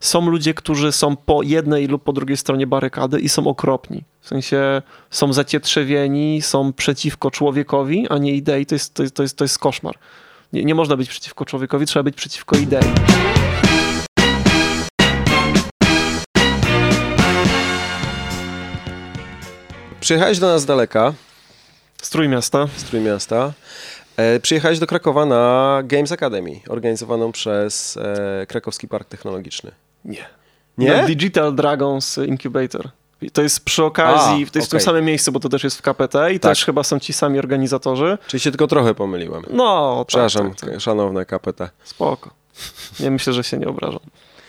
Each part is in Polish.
są ludzie, którzy są po jednej lub po drugiej stronie barykady i są okropni. W sensie są zacietrzewieni, są przeciwko człowiekowi, a nie idei. To jest koszmar. Nie można być przeciwko człowiekowi, trzeba być przeciwko idei. Przyjechałeś do nas z daleka. Z Trójmiasta. Przyjechałeś do Krakowa na Games Academy, organizowaną przez Krakowski Park Technologiczny. Nie? Na Digital Dragons Incubator. I to jest przy okazji, to jest w tym samym miejscu, bo to też jest w KPT i też chyba są ci sami organizatorzy. Czyli się tylko trochę pomyliłem. No, przepraszam, szanowne KPT. Spoko. Nie myślę, że się nie obrażam.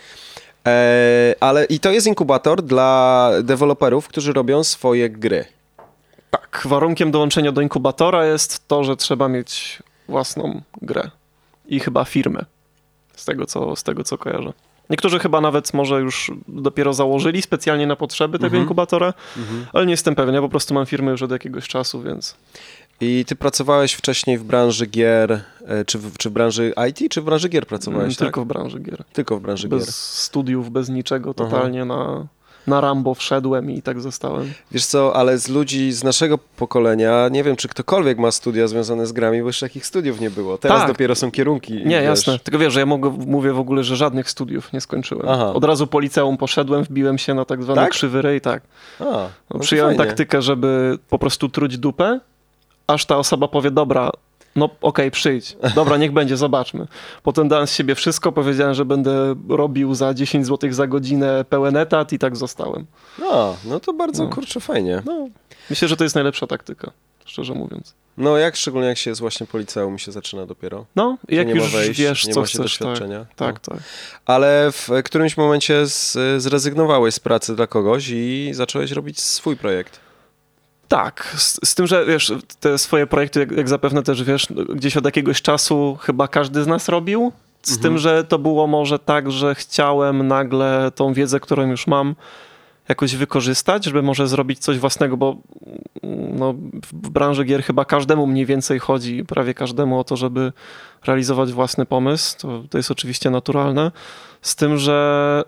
Ale i to jest inkubator dla deweloperów, którzy robią swoje gry. Tak, warunkiem dołączenia do inkubatora jest to, że trzeba mieć własną grę i chyba firmę, z tego co kojarzę. Niektórzy chyba nawet może już dopiero założyli specjalnie na potrzeby tego inkubatora, ale nie jestem pewien, ja po prostu mam firmę już od jakiegoś czasu, więc... I ty pracowałeś wcześniej w branży gier, czy w branży IT, czy w branży gier pracowałeś? Tylko w branży gier. Tylko w branży gier. Bez studiów, bez niczego, totalnie na Rambo wszedłem i tak zostałem. Wiesz co, ale z ludzi z naszego pokolenia, nie wiem, czy ktokolwiek ma studia związane z grami, bo jeszcze takich studiów nie było. Teraz dopiero są kierunki. Nie, jasne. Tylko wiesz, że ja mówię w ogóle, że żadnych studiów nie skończyłem. Aha. Od razu po liceum poszedłem, wbiłem się na tak zwany krzywy ryj, tak. Przyjąłem taktykę, żeby po prostu truć dupę, aż ta osoba powie, dobra, no okej, przyjdź. Dobra, niech będzie, zobaczmy. Potem dałem z siebie wszystko, powiedziałem, że będę robił za 10 zł za godzinę pełen etat i tak zostałem. No to bardzo, kurczę, fajnie. No, myślę, że to jest najlepsza taktyka, szczerze mówiąc. No, szczególnie jak się jest właśnie po liceum, się zaczyna dopiero. No, jak już wiesz, nie co ma się chcesz. doświadczenia. Tak. Ale w którymś momencie zrezygnowałeś z pracy dla kogoś i zacząłeś robić swój projekt. Tak, z tym, że wiesz, te swoje projekty, jak zapewne też wiesz, gdzieś od jakiegoś czasu chyba każdy z nas robił, z tym, że to było może tak, że chciałem nagle tą wiedzę, którą już mam, jakoś wykorzystać, żeby może zrobić coś własnego, bo no, w branży gier chyba każdemu mniej więcej chodzi, prawie każdemu o to, żeby realizować własny pomysł. To jest oczywiście naturalne. Z tym, że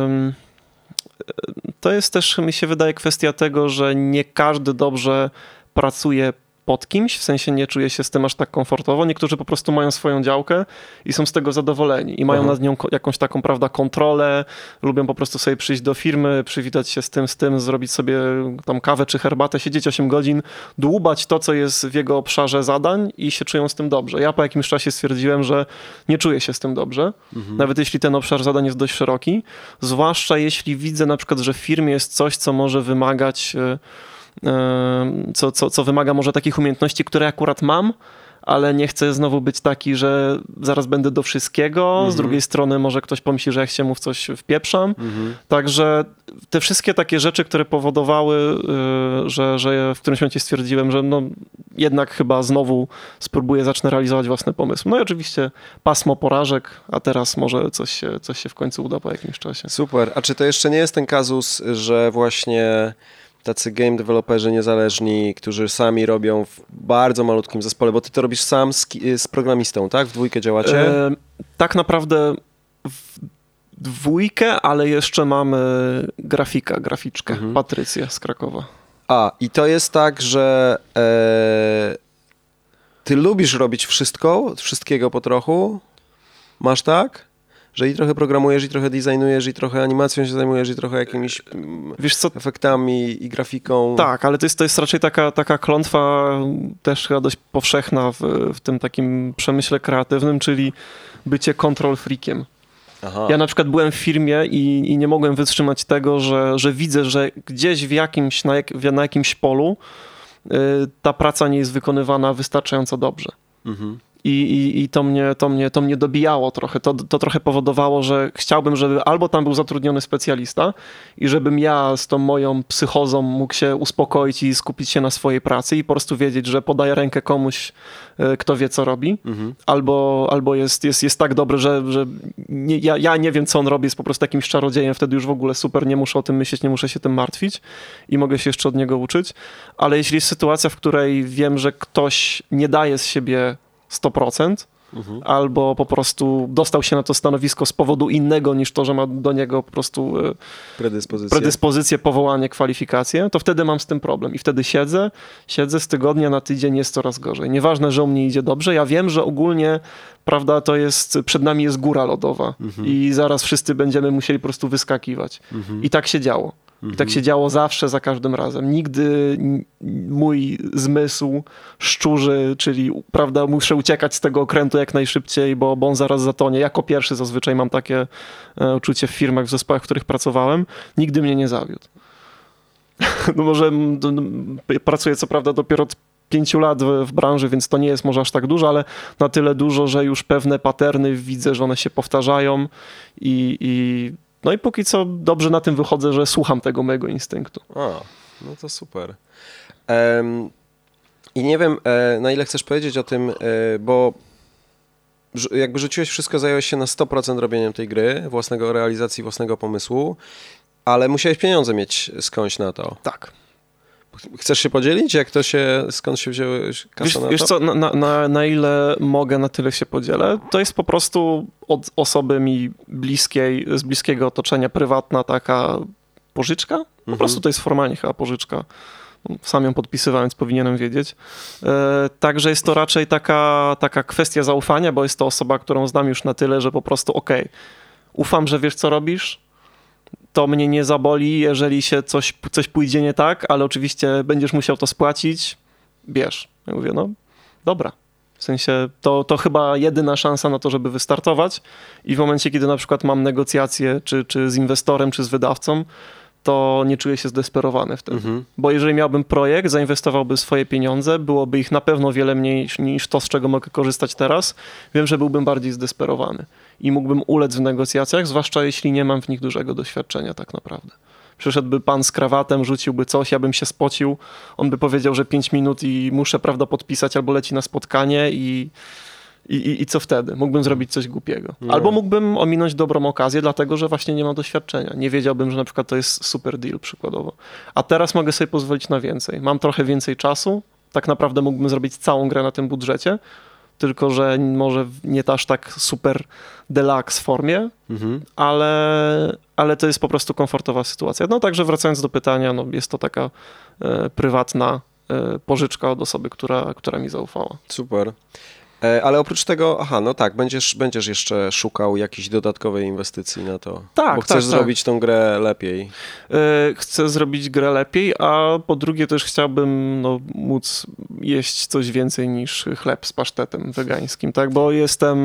to jest też, mi się wydaje, kwestia tego, że nie każdy dobrze pracuje pod kimś, w sensie nie czuje się z tym aż tak komfortowo. Niektórzy po prostu mają swoją działkę i są z tego zadowoleni i mają nad nią jakąś taką, prawda, kontrolę, lubią po prostu sobie przyjść do firmy, przywitać się z tym, zrobić sobie tam kawę czy herbatę, siedzieć 8 godzin, dłubać to, co jest w jego obszarze zadań i się czują z tym dobrze. Ja po jakimś czasie stwierdziłem, że nie czuję się z tym dobrze, nawet jeśli ten obszar zadań jest dość szeroki, zwłaszcza jeśli widzę na przykład, że w firmie jest coś, co może wymagać co wymaga może takich umiejętności, które akurat mam, ale nie chcę znowu być taki, że zaraz będę do wszystkiego. Z drugiej strony może ktoś pomyśli, że ja się mu w coś wpieprzam. Także te wszystkie takie rzeczy, które powodowały, że w którymś momencie stwierdziłem, że no jednak chyba znowu zacznę realizować własny pomysł. No i oczywiście pasmo porażek, a teraz może coś się w końcu uda po jakimś czasie. Super. A czy to jeszcze nie jest ten kazus, że właśnie tacy game developerzy niezależni, którzy sami robią w bardzo malutkim zespole, bo ty to robisz sam z programistą, tak? W dwójkę działacie? Tak naprawdę w dwójkę, ale jeszcze mamy graficzkę, Patrycję z Krakowa. I to jest tak, że ty lubisz robić wszystkiego po trochu? Masz tak? Że i trochę programujesz, i trochę designujesz, i trochę animacją się zajmujesz, i trochę jakimiś efektami i grafiką. Tak, ale to jest raczej taka klątwa też chyba dość powszechna w tym takim przemyśle kreatywnym, czyli bycie control freakiem. Ja na przykład byłem w firmie i nie mogłem wytrzymać tego, że widzę, że gdzieś na jakimś polu ta praca nie jest wykonywana wystarczająco dobrze. I to mnie dobijało trochę. To trochę powodowało, że chciałbym, żeby albo tam był zatrudniony specjalista i żebym ja z tą moją psychozą mógł się uspokoić i skupić się na swojej pracy i po prostu wiedzieć, że podaję rękę komuś, kto wie, co robi. Albo jest tak dobry, że ja nie wiem, co on robi, jest po prostu jakimś czarodziejem, wtedy już w ogóle super, nie muszę o tym myśleć, nie muszę się tym martwić i mogę się jeszcze od niego uczyć. Ale jeśli jest sytuacja, w której wiem, że ktoś nie daje z siebie 100%, albo po prostu dostał się na to stanowisko z powodu innego niż to, że ma do niego po prostu predyspozycję, powołanie, kwalifikacje, to wtedy mam z tym problem i wtedy siedzę z tygodnia na tydzień, jest coraz gorzej. Nieważne, że u mnie idzie dobrze, ja wiem, że ogólnie, prawda, to jest, przed nami jest góra lodowa i zaraz wszyscy będziemy musieli po prostu wyskakiwać. I tak się działo. I tak się działo zawsze, za każdym razem. Nigdy mój zmysł szczurzy, czyli prawda, muszę uciekać z tego okrętu jak najszybciej, bo on zaraz zatonie. Jako pierwszy zazwyczaj mam takie uczucie w firmach, w zespołach, w których pracowałem. Nigdy mnie nie zawiódł. No może pracuję co prawda dopiero od 5 lat w branży, więc to nie jest może aż tak dużo, ale na tyle dużo, że już pewne paterny widzę, że one się powtarzają no i póki co dobrze na tym wychodzę, że słucham tego mojego instynktu. No to super. I nie wiem, na ile chcesz powiedzieć o tym, bo jakby rzuciłeś wszystko, zająłeś się na 100% robieniem tej gry, realizacji własnego pomysłu, ale musiałeś pieniądze mieć skądś na to. Tak. Chcesz się podzielić? Skąd się wziąłeś kasa na to? Wiesz co, na ile mogę, na tyle się podzielę. To jest po prostu od osoby mi bliskiej, z bliskiego otoczenia, prywatna taka pożyczka. Po prostu to jest formalnie chyba pożyczka. Sam ją podpisywałem, więc powinienem wiedzieć. Także jest to raczej taka kwestia zaufania, bo jest to osoba, którą znam już na tyle, że po prostu ufam, że wiesz, co robisz. To mnie nie zaboli, jeżeli się coś pójdzie nie tak, ale oczywiście będziesz musiał to spłacić, bierz. Ja mówię, no dobra. W sensie to chyba jedyna szansa na to, żeby wystartować i w momencie, kiedy na przykład mam negocjacje czy z inwestorem, czy z wydawcą, to nie czuję się zdesperowany wtedy. Bo jeżeli miałbym projekt, zainwestowałbym swoje pieniądze, byłoby ich na pewno wiele mniej niż to, z czego mogę korzystać teraz, wiem, że byłbym bardziej zdesperowany i mógłbym ulec w negocjacjach, zwłaszcza jeśli nie mam w nich dużego doświadczenia tak naprawdę. Przyszedłby pan z krawatem, rzuciłby coś, ja bym się spocił, on by powiedział, że 5 minut i muszę, prawda, podpisać, albo leci na spotkanie i co wtedy? Mógłbym zrobić coś głupiego. Albo mógłbym ominąć dobrą okazję, dlatego że właśnie nie mam doświadczenia. Nie wiedziałbym, że na przykład to jest super deal przykładowo. A teraz mogę sobie pozwolić na więcej. Mam trochę więcej czasu. Tak naprawdę mógłbym zrobić całą grę na tym budżecie, tylko że może nie aż tak super deluxe formie, ale to jest po prostu komfortowa sytuacja. No także wracając do pytania, no jest to taka prywatna pożyczka od osoby, która mi zaufała. Super. Ale oprócz tego, no tak, będziesz jeszcze szukał jakiejś dodatkowej inwestycji na to. Tak, bo chcesz zrobić tą grę lepiej. Chcę zrobić grę lepiej, a po drugie też chciałbym móc jeść coś więcej niż chleb z pasztetem wegańskim, tak? Bo jestem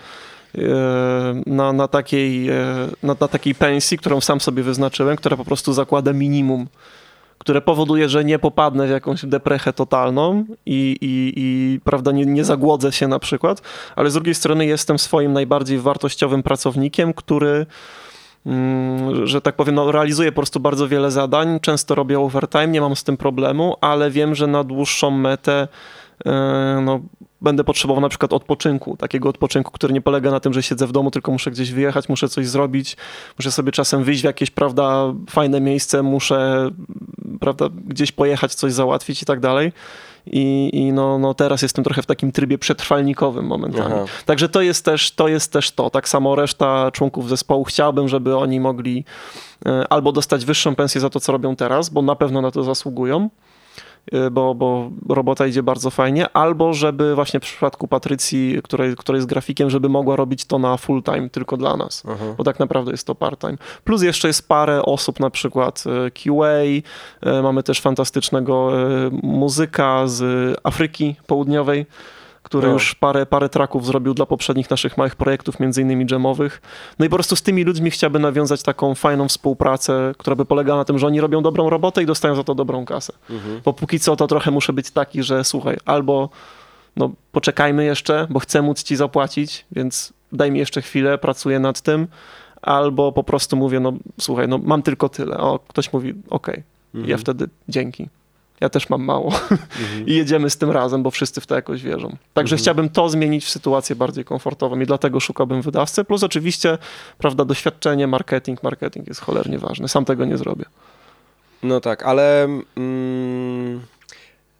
na takiej pensji, którą sam sobie wyznaczyłem, która po prostu zakłada minimum, które powoduje, że nie popadnę w jakąś deprechę totalną i prawda, nie zagłodzę się na przykład, ale z drugiej strony jestem swoim najbardziej wartościowym pracownikiem, który, że tak powiem, realizuje po prostu bardzo wiele zadań, często robię overtime, nie mam z tym problemu, ale wiem, że na dłuższą metę będę potrzebował na przykład odpoczynku, takiego odpoczynku, który nie polega na tym, że siedzę w domu, tylko muszę gdzieś wyjechać, muszę coś zrobić, muszę sobie czasem wyjść w jakieś, prawda, fajne miejsce, muszę, prawda, gdzieś pojechać, coś załatwić i tak dalej. I teraz jestem trochę w takim trybie przetrwalnikowym momentami. Aha. Także to jest też to. Tak samo reszta członków zespołu chciałbym, żeby oni mogli albo dostać wyższą pensję za to, co robią teraz, bo na pewno na to zasługują, bo robota idzie bardzo fajnie, albo żeby właśnie w przypadku Patrycji, która jest grafikiem, żeby mogła robić to na full time tylko dla nas, bo tak naprawdę jest to part time. Plus jeszcze jest parę osób, na przykład QA, mamy też fantastycznego muzyka z Afryki Południowej, który już parę tracków zrobił dla poprzednich naszych małych projektów, między innymi jamowych. No i po prostu z tymi ludźmi chciałbym nawiązać taką fajną współpracę, która by polegała na tym, że oni robią dobrą robotę i dostają za to dobrą kasę. Bo póki co to trochę muszę być taki, że słuchaj, albo poczekajmy jeszcze, bo chcę móc ci zapłacić, więc daj mi jeszcze chwilę, pracuję nad tym, albo po prostu mówię, słuchaj, mam tylko tyle. Ktoś mówi, okej. Ja wtedy dzięki. Ja też mam mało i jedziemy z tym razem, bo wszyscy w to jakoś wierzą. Także chciałbym to zmienić w sytuację bardziej komfortową i dlatego szukałbym wydawcy. Plus oczywiście, prawda, doświadczenie, marketing jest cholernie ważny. Sam tego nie zrobię. No tak, ale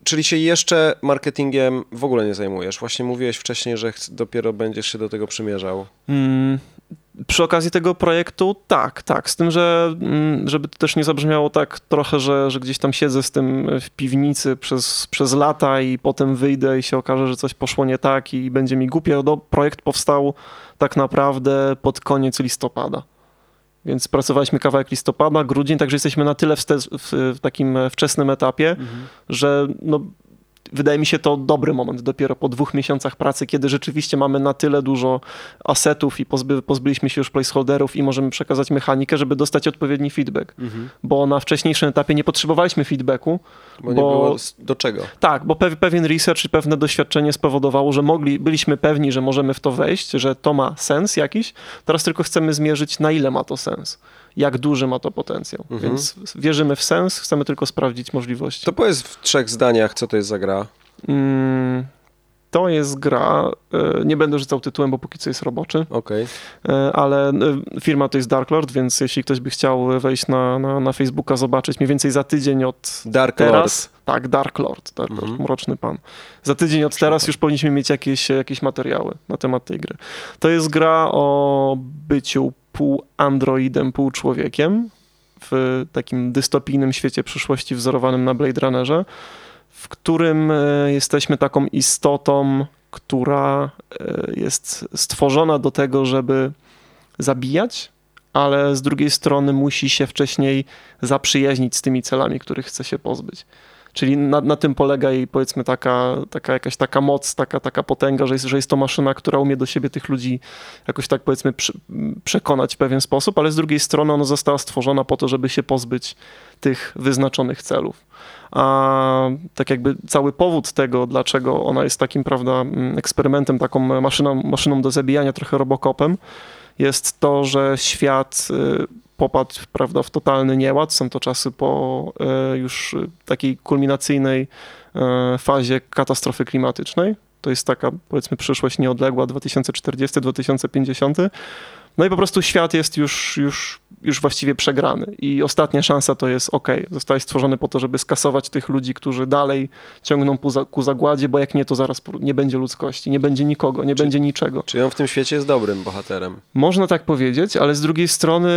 Czyli się jeszcze marketingiem w ogóle nie zajmujesz? Właśnie mówiłeś wcześniej, że dopiero będziesz się do tego przymierzał. Przy okazji tego projektu tak. Z tym, że żeby to też nie zabrzmiało tak trochę, że gdzieś tam siedzę z tym w piwnicy przez lata i potem wyjdę i się okaże, że coś poszło nie tak i będzie mi głupio. Projekt powstał tak naprawdę pod koniec listopada. Więc pracowaliśmy kawałek listopada, grudzień, także jesteśmy na tyle w takim wczesnym etapie, że wydaje mi się to dobry moment dopiero po 2 miesiącach pracy, kiedy rzeczywiście mamy na tyle dużo asetów i pozbyliśmy się już placeholderów i możemy przekazać mechanikę, żeby dostać odpowiedni feedback. Bo na wcześniejszym etapie nie potrzebowaliśmy feedbacku. Bo nie było do czego. Tak, bo pewien research i pewne doświadczenie spowodowało, że byliśmy pewni, że możemy w to wejść, że to ma sens jakiś. Teraz tylko chcemy zmierzyć, na ile ma to sens. Jak duży ma to potencjał. Więc wierzymy w sens, chcemy tylko sprawdzić możliwości. To powiedz w 3 zdaniach, co to jest za gra? To jest gra, nie będę rzucał tytułem, bo póki co jest roboczy, ale firma to jest Dark Lord, więc jeśli ktoś by chciał wejść na Facebooka, zobaczyć mniej więcej za tydzień od teraz. Tak, Dark Lord, Mroczny Pan. Za tydzień od teraz już powinniśmy mieć jakieś materiały na temat tej gry. To jest gra o byciu pół androidem, pół człowiekiem w takim dystopijnym świecie przyszłości wzorowanym na Blade Runnerze, w którym jesteśmy taką istotą, która jest stworzona do tego, żeby zabijać, ale z drugiej strony musi się wcześniej zaprzyjaźnić z tymi celami, których chce się pozbyć. Czyli na tym polega jej, powiedzmy, jakaś taka moc, taka potęga, że jest to maszyna, która umie do siebie tych ludzi jakoś tak, powiedzmy, przekonać w pewien sposób, ale z drugiej strony ona została stworzona po to, żeby się pozbyć tych wyznaczonych celów. A tak jakby cały powód tego, dlaczego ona jest takim, prawda, eksperymentem, taką maszyną do zabijania, trochę Robocopem, jest to, że świat popadł, prawda, w totalny nieład. Są to czasy po już takiej kulminacyjnej fazie katastrofy klimatycznej. To jest taka, powiedzmy, przyszłość nieodległa, 2040-2050. No i po prostu świat jest już właściwie przegrany i ostatnia szansa to jest zostałeś stworzony po to, żeby skasować tych ludzi, którzy dalej ciągną ku zagładzie, bo jak nie, to zaraz nie będzie ludzkości, nie będzie nikogo, nie będzie niczego. Czyli on w tym świecie jest dobrym bohaterem. Można tak powiedzieć, ale z drugiej strony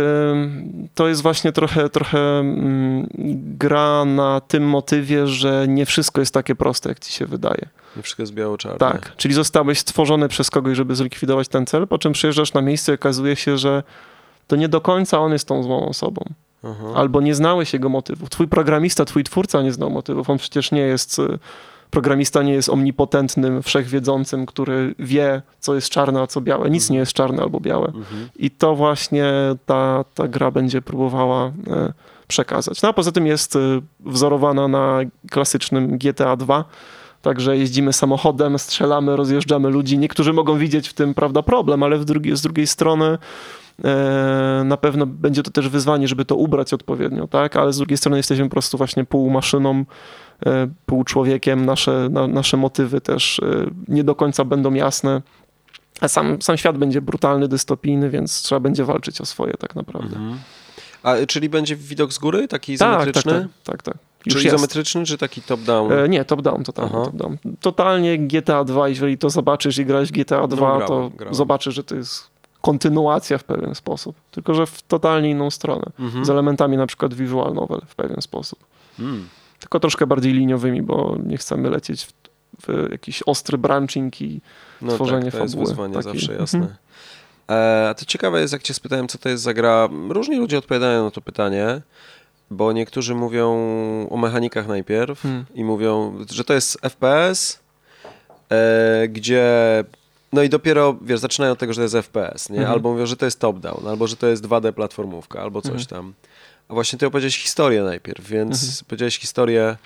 to jest właśnie trochę gra na tym motywie, że nie wszystko jest takie proste, jak ci się wydaje. Nie wszystko jest biało-czarne. Tak, czyli zostałeś stworzony przez kogoś, żeby zlikwidować ten cel, po czym przyjeżdżasz na miejsce i okazuje się, że to nie do końca on jest tą złą osobą. Albo nie znałeś jego motywów. Twój programista, twój twórca nie znał motywów. On przecież nie jest... Programista nie jest omnipotentnym, wszechwiedzącym, który wie, co jest czarne, a co białe. Nic nie jest czarne albo białe. I to właśnie ta gra będzie próbowała przekazać. No a poza tym jest wzorowana na klasycznym GTA 2. Także jeździmy samochodem, strzelamy, rozjeżdżamy ludzi. Niektórzy mogą widzieć w tym, prawda, problem, ale z drugiej strony na pewno będzie to też wyzwanie, żeby to ubrać odpowiednio, tak? Ale z drugiej strony jesteśmy po prostu właśnie pół maszyną, pół człowiekiem. Nasze motywy też nie do końca będą jasne. A sam świat będzie brutalny, dystopijny, więc trzeba będzie walczyć o swoje tak naprawdę. A czyli będzie widok z góry? Taki izometryczny? Tak. Czy izometryczny, czy taki top-down? Nie, top-down, totalnie top-down. Totalnie GTA 2, jeżeli to zobaczysz i grałeś GTA 2, to zobaczysz, że to jest kontynuacja w pewien sposób. Tylko, że w totalnie inną stronę. Z elementami na przykład visual novel w pewien sposób. Tylko troszkę bardziej liniowymi, bo nie chcemy lecieć w jakiś ostry branching i tworzenie fabuły. To jest wyzwanie zawsze jasne. A to ciekawe jest, jak cię spytałem, co to jest za gra. Różni ludzie odpowiadają na to pytanie, bo niektórzy mówią o mechanikach najpierw i mówią, że to jest FPS, gdzie... No i dopiero, wiesz, zaczynają od tego, że to jest FPS, nie? Albo mówią, że to jest top-down, albo że to jest 2D platformówka, albo coś tam. A właśnie ty opowiedziałeś historię najpierw, więc powiedziałeś historię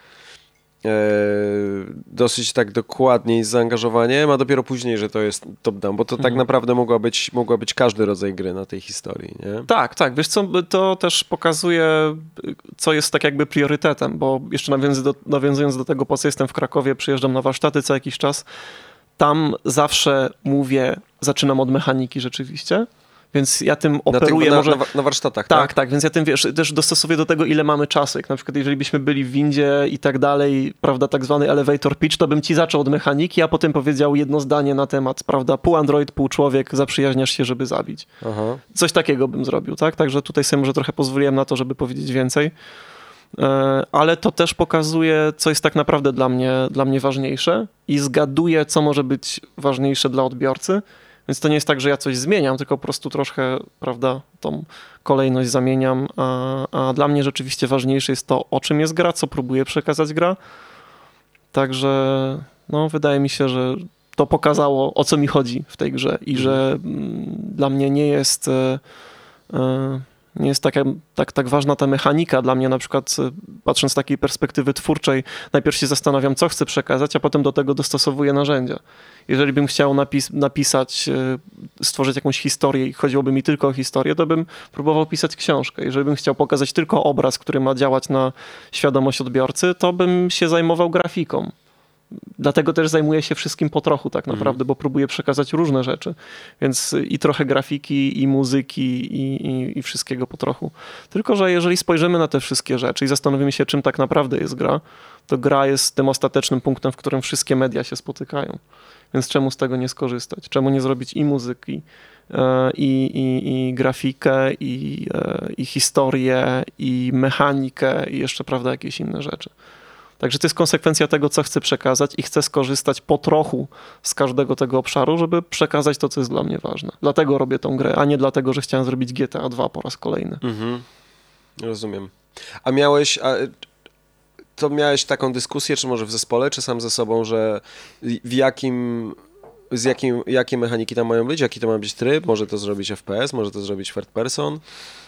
dosyć tak dokładnie i z zaangażowaniem, a dopiero później, że to jest top-down, bo to tak naprawdę mogła być każdy rodzaj gry na tej historii, nie? Tak. Wiesz co, to też pokazuje, co jest tak jakby priorytetem, bo jeszcze nawiązując do tego, po co jestem w Krakowie, przyjeżdżam na warsztaty co jakiś czas, tam zawsze zaczynam od mechaniki rzeczywiście Więc ja tym operuję. Na warsztatach, tak? Tak, więc ja tym, też dostosowuję do tego, ile mamy czasu. Jak na przykład, jeżeli byśmy byli w windzie i tak dalej, prawda, tak zwany elevator pitch, to bym ci zaczął od mechaniki, a potem powiedział jedno zdanie na temat, prawda, pół android, pół człowiek, zaprzyjaźniasz się, żeby zabić. Aha. Coś takiego bym zrobił, tak? Także tutaj sobie może trochę pozwoliłem na to, żeby powiedzieć więcej. Ale to też pokazuje, co jest tak naprawdę dla mnie ważniejsze i zgaduje, co może być ważniejsze dla odbiorcy. Więc to nie jest tak, że ja coś zmieniam, tylko po prostu troszkę, prawda, tą kolejność zamieniam, a dla mnie rzeczywiście ważniejsze jest to, o czym jest gra, co próbuje przekazać gra. Także no, wydaje mi się, że to pokazało, o co mi chodzi w tej grze i że dla mnie nie jest tak ważna ta mechanika. Dla mnie na przykład, patrząc z takiej perspektywy twórczej, najpierw się zastanawiam, co chcę przekazać, a potem do tego dostosowuję narzędzia. Jeżeli bym chciał napisać, stworzyć jakąś historię i chodziłoby mi tylko o historię, to bym próbował pisać książkę. Jeżeli bym chciał pokazać tylko obraz, który ma działać na świadomość odbiorcy, to bym się zajmował grafiką. Dlatego też zajmuję się wszystkim po trochu tak naprawdę, bo próbuję przekazać różne rzeczy. Więc i trochę grafiki, i muzyki, i wszystkiego po trochu. Tylko że jeżeli spojrzymy na te wszystkie rzeczy i zastanowimy się, czym tak naprawdę jest gra, to gra jest tym ostatecznym punktem, w którym wszystkie media się spotykają. Więc czemu z tego nie skorzystać? Czemu nie zrobić i muzyki, i grafikę, i historię, i mechanikę, i jeszcze, prawda, jakieś inne rzeczy. Także to jest konsekwencja tego, co chcę przekazać i chcę skorzystać po trochu z każdego tego obszaru, żeby przekazać to, co jest dla mnie ważne. Dlatego robię tą grę, a nie dlatego, że chciałem zrobić GTA 2 po raz kolejny. Rozumiem. Miałeś taką dyskusję, czy może w zespole, czy sam ze sobą, że jakie mechaniki tam mają być, jaki to ma być tryb, może to zrobić FPS, może to zrobić third person?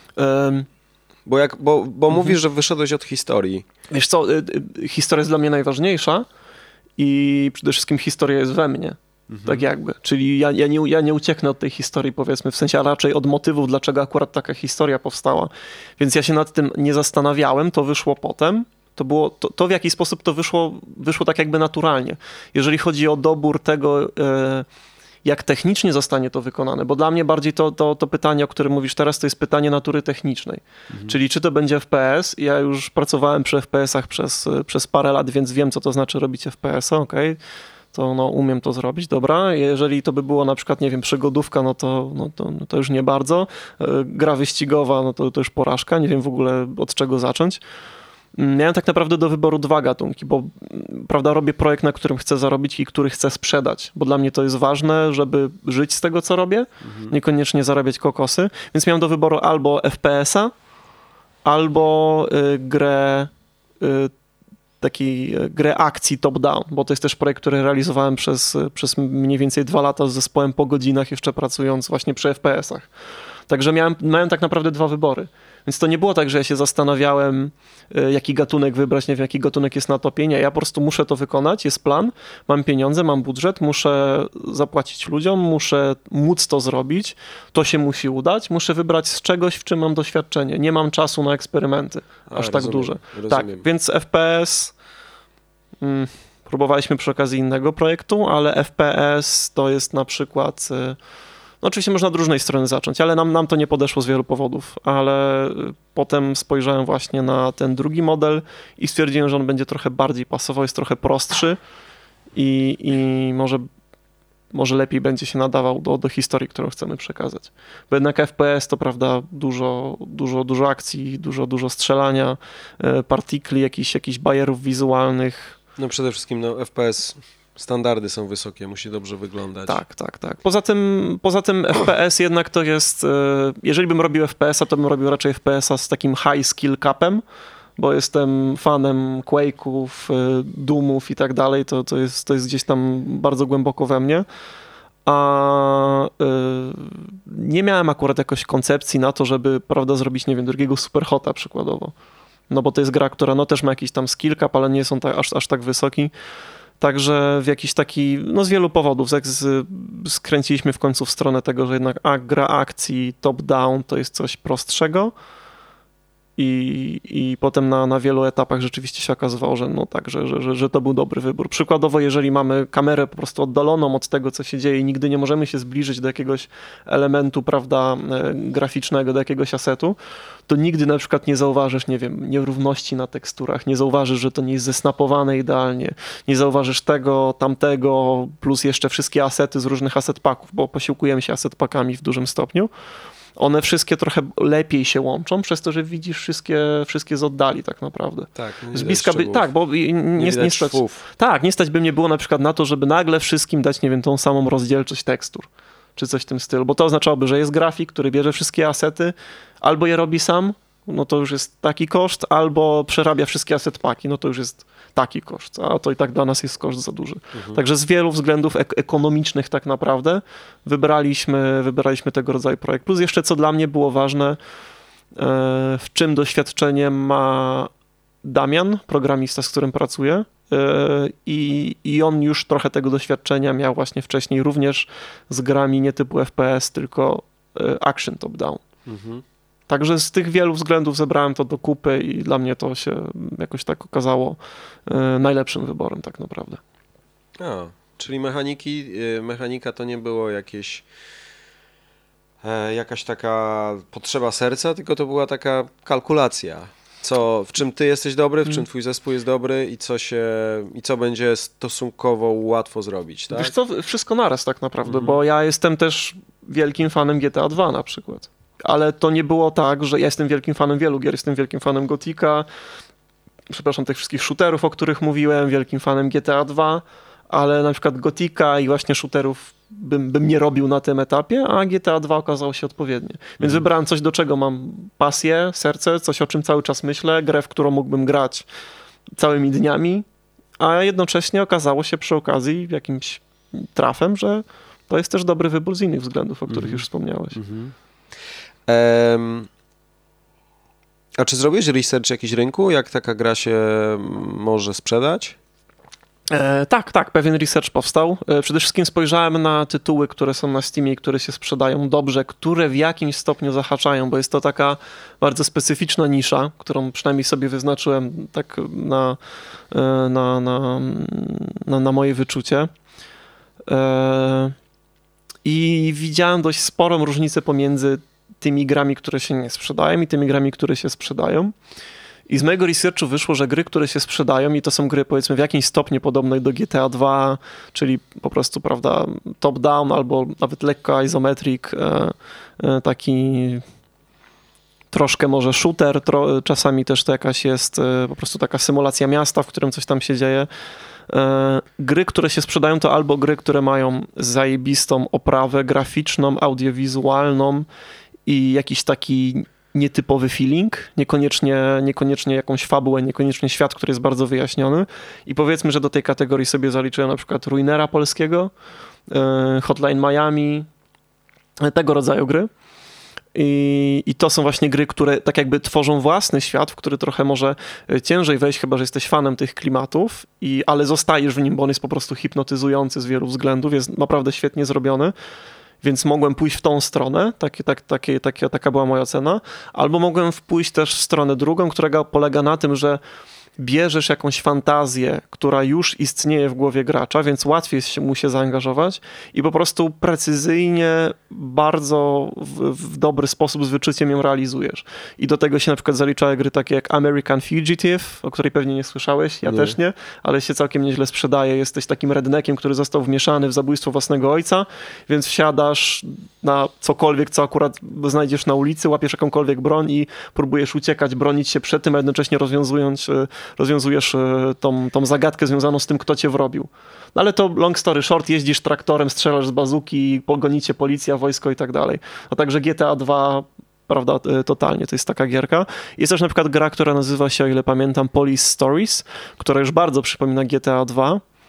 Bo mówisz, że wyszedłeś od historii. Wiesz co, historia jest dla mnie najważniejsza i przede wszystkim historia jest we mnie. Tak jakby. Czyli ja nie ucieknę od tej historii, powiedzmy, w sensie, a raczej od motywów, dlaczego akurat taka historia powstała. Więc ja się nad tym nie zastanawiałem, to wyszło potem. To w jaki sposób to wyszło tak jakby naturalnie. Jeżeli chodzi o dobór tego, jak technicznie zostanie to wykonane, bo dla mnie bardziej to pytanie, o którym mówisz teraz, to jest pytanie natury technicznej. Czyli czy to będzie FPS? Ja już pracowałem przy FPS-ach przez parę lat, więc wiem, co to znaczy robić FPS-a, okej. To no, umiem to zrobić, dobra. Jeżeli to by było na przykład, nie wiem, przygodówka, to już nie bardzo. Gra wyścigowa, no to już porażka, nie wiem w ogóle od czego zacząć. Miałem tak naprawdę do wyboru dwa gatunki, bo prawda, robię projekt, na którym chcę zarobić i który chcę sprzedać, bo dla mnie to jest ważne, żeby żyć z tego, co robię, niekoniecznie zarabiać kokosy, więc miałem do wyboru albo FPS-a, albo grę akcji top-down, bo to jest też projekt, który realizowałem przez mniej więcej 2 lata z zespołem po godzinach, jeszcze pracując właśnie przy FPS-ach. Także miałem tak naprawdę dwa wybory. Więc to nie było tak, że ja się zastanawiałem, jaki gatunek wybrać, nie wiem, jaki gatunek jest na topie. Nie, ja po prostu muszę to wykonać, jest plan, mam pieniądze, mam budżet, muszę zapłacić ludziom, muszę móc to zrobić, to się musi udać, muszę wybrać z czegoś, w czym mam doświadczenie. Nie mam czasu na eksperymenty, tak duże. Rozumiem. Tak, więc FPS próbowaliśmy przy okazji innego projektu, ale FPS to jest na przykład... No oczywiście można od różnej strony zacząć, ale nam to nie podeszło z wielu powodów, ale potem spojrzałem właśnie na ten drugi model i stwierdziłem, że on będzie trochę bardziej pasował, jest trochę prostszy i może lepiej będzie się nadawał do historii, którą chcemy przekazać. Bo jednak FPS to, prawda, dużo akcji, dużo strzelania, partikli, jakichś bajerów wizualnych. No przede wszystkim FPS... Standardy są wysokie, musi dobrze wyglądać. Tak. Poza tym FPS jednak to jest, jeżeli bym robił FPS-a, to bym robił raczej FPS-a z takim high skill capem, bo jestem fanem Quake'ów, Doomów i tak dalej, to jest gdzieś tam bardzo głęboko we mnie. A nie miałem akurat jakoś koncepcji na to, żeby, prawda, zrobić, nie wiem, drugiego Superhota przykładowo. No bo to jest gra, która no też ma jakiś tam skill cap, ale nie są aż tak wysoki. Także w jakiś taki, no z wielu powodów, skręciliśmy w końcu w stronę tego, że jednak gra akcji top-down to jest coś prostszego I potem na wielu etapach rzeczywiście się okazywało, że no tak, że to był dobry wybór. Przykładowo, jeżeli mamy kamerę po prostu oddaloną od tego, co się dzieje i nigdy nie możemy się zbliżyć do jakiegoś elementu, prawda, graficznego, do jakiegoś asetu, to nigdy na przykład nie zauważysz, nie wiem, nierówności na teksturach, nie zauważysz, że to nie jest zesnapowane idealnie, nie zauważysz tego, tamtego, plus jeszcze wszystkie asety z różnych asset packów, bo posiłkujemy się asset packami w dużym stopniu. One wszystkie trochę lepiej się łączą, przez to, że widzisz wszystkie z oddali tak naprawdę. Tak, z bliska tak, bo nie stać. Tak, nie stać by mnie było na przykład na to, żeby nagle wszystkim dać, nie wiem, tą samą rozdzielczość tekstur, czy coś w tym stylu, bo to oznaczałoby, że jest grafik, który bierze wszystkie asety, albo je robi sam, no to już jest taki koszt, albo przerabia wszystkie asset packi, no to już jest taki koszt, a to i tak dla nas jest koszt za duży. Także z wielu względów ekonomicznych tak naprawdę wybraliśmy tego rodzaju projekt. Plus jeszcze, co dla mnie było ważne, w czym doświadczenie ma Damian, programista, z którym pracuję, i on już trochę tego doświadczenia miał właśnie wcześniej również z grami nie typu FPS, tylko action top-down. Także z tych wielu względów zebrałem to do kupy i dla mnie to się jakoś tak okazało najlepszym wyborem tak naprawdę. Czyli mechanika to nie było jakaś taka potrzeba serca, tylko to była taka kalkulacja. W czym ty jesteś dobry, w czym twój zespół jest dobry i co będzie stosunkowo łatwo zrobić, tak? Wiesz co, wszystko naraz tak naprawdę, bo ja jestem też wielkim fanem GTA 2 na przykład. Ale to nie było tak, że ja jestem wielkim fanem wielu gier, jestem wielkim fanem Gothica, przepraszam, tych wszystkich shooterów, o których mówiłem, wielkim fanem GTA 2, ale na przykład Gothica i właśnie shooterów bym nie robił na tym etapie, a GTA 2 okazało się odpowiednie. Więc wybrałem coś, do czego mam pasję, serce, coś, o czym cały czas myślę, grę, w którą mógłbym grać całymi dniami, a jednocześnie okazało się przy okazji jakimś trafem, że to jest też dobry wybór z innych względów, o których już wspomniałeś. A czy zrobiłeś research jakiś rynku? Jak taka gra się może sprzedać? Tak, pewien research powstał. Przede wszystkim spojrzałem na tytuły, które są na Steamie i które się sprzedają dobrze, które w jakimś stopniu zahaczają, bo jest to taka bardzo specyficzna nisza, którą przynajmniej sobie wyznaczyłem tak na moje wyczucie. I widziałem dość sporą różnicę pomiędzy tymi grami, które się nie sprzedają i tymi grami, które się sprzedają. I z mojego researchu wyszło, że gry, które się sprzedają i to są gry powiedzmy w jakimś stopniu podobne do GTA 2, czyli po prostu, prawda, top-down albo nawet lekko isometric, taki troszkę może shooter, czasami też to jakaś jest po prostu taka symulacja miasta, w którym coś tam się dzieje. Gry, które się sprzedają, to albo gry, które mają zajebistą oprawę graficzną, audiowizualną i jakiś taki nietypowy feeling, niekoniecznie jakąś fabułę, niekoniecznie świat, który jest bardzo wyjaśniony. I powiedzmy, że do tej kategorii sobie zaliczyłem na przykład Ruinera polskiego, Hotline Miami, tego rodzaju gry. I to są właśnie gry, które tak jakby tworzą własny świat, w który trochę może ciężej wejść, chyba że jesteś fanem tych klimatów, ale zostajesz w nim, bo on jest po prostu hipnotyzujący z wielu względów, jest naprawdę świetnie zrobiony. Więc mogłem pójść w tą stronę, taka była moja ocena, albo mogłem pójść też w stronę drugą, która polega na tym, że bierzesz jakąś fantazję, która już istnieje w głowie gracza, więc łatwiej jest mu się zaangażować i po prostu precyzyjnie, bardzo w dobry sposób z wyczuciem ją realizujesz. I do tego się na przykład zaliczały gry takie jak American Fugitive, o której pewnie nie słyszałeś, ja też nie, ale się całkiem nieźle sprzedaje. Jesteś takim redneckiem, który został wmieszany w zabójstwo własnego ojca, więc wsiadasz na cokolwiek, co akurat znajdziesz na ulicy, łapiesz jakąkolwiek broń i próbujesz uciekać, bronić się przed tym, a jednocześnie rozwiązujesz tą zagadkę związaną z tym, kto cię wrobił. No ale to long story short, jeździsz traktorem, strzelasz z bazuki, pogonicie policja, wojsko i tak dalej. A także GTA 2, prawda, totalnie, to jest taka gierka. Jest też na przykład gra, która nazywa się, o ile pamiętam, Police Stories, która już bardzo przypomina GTA 2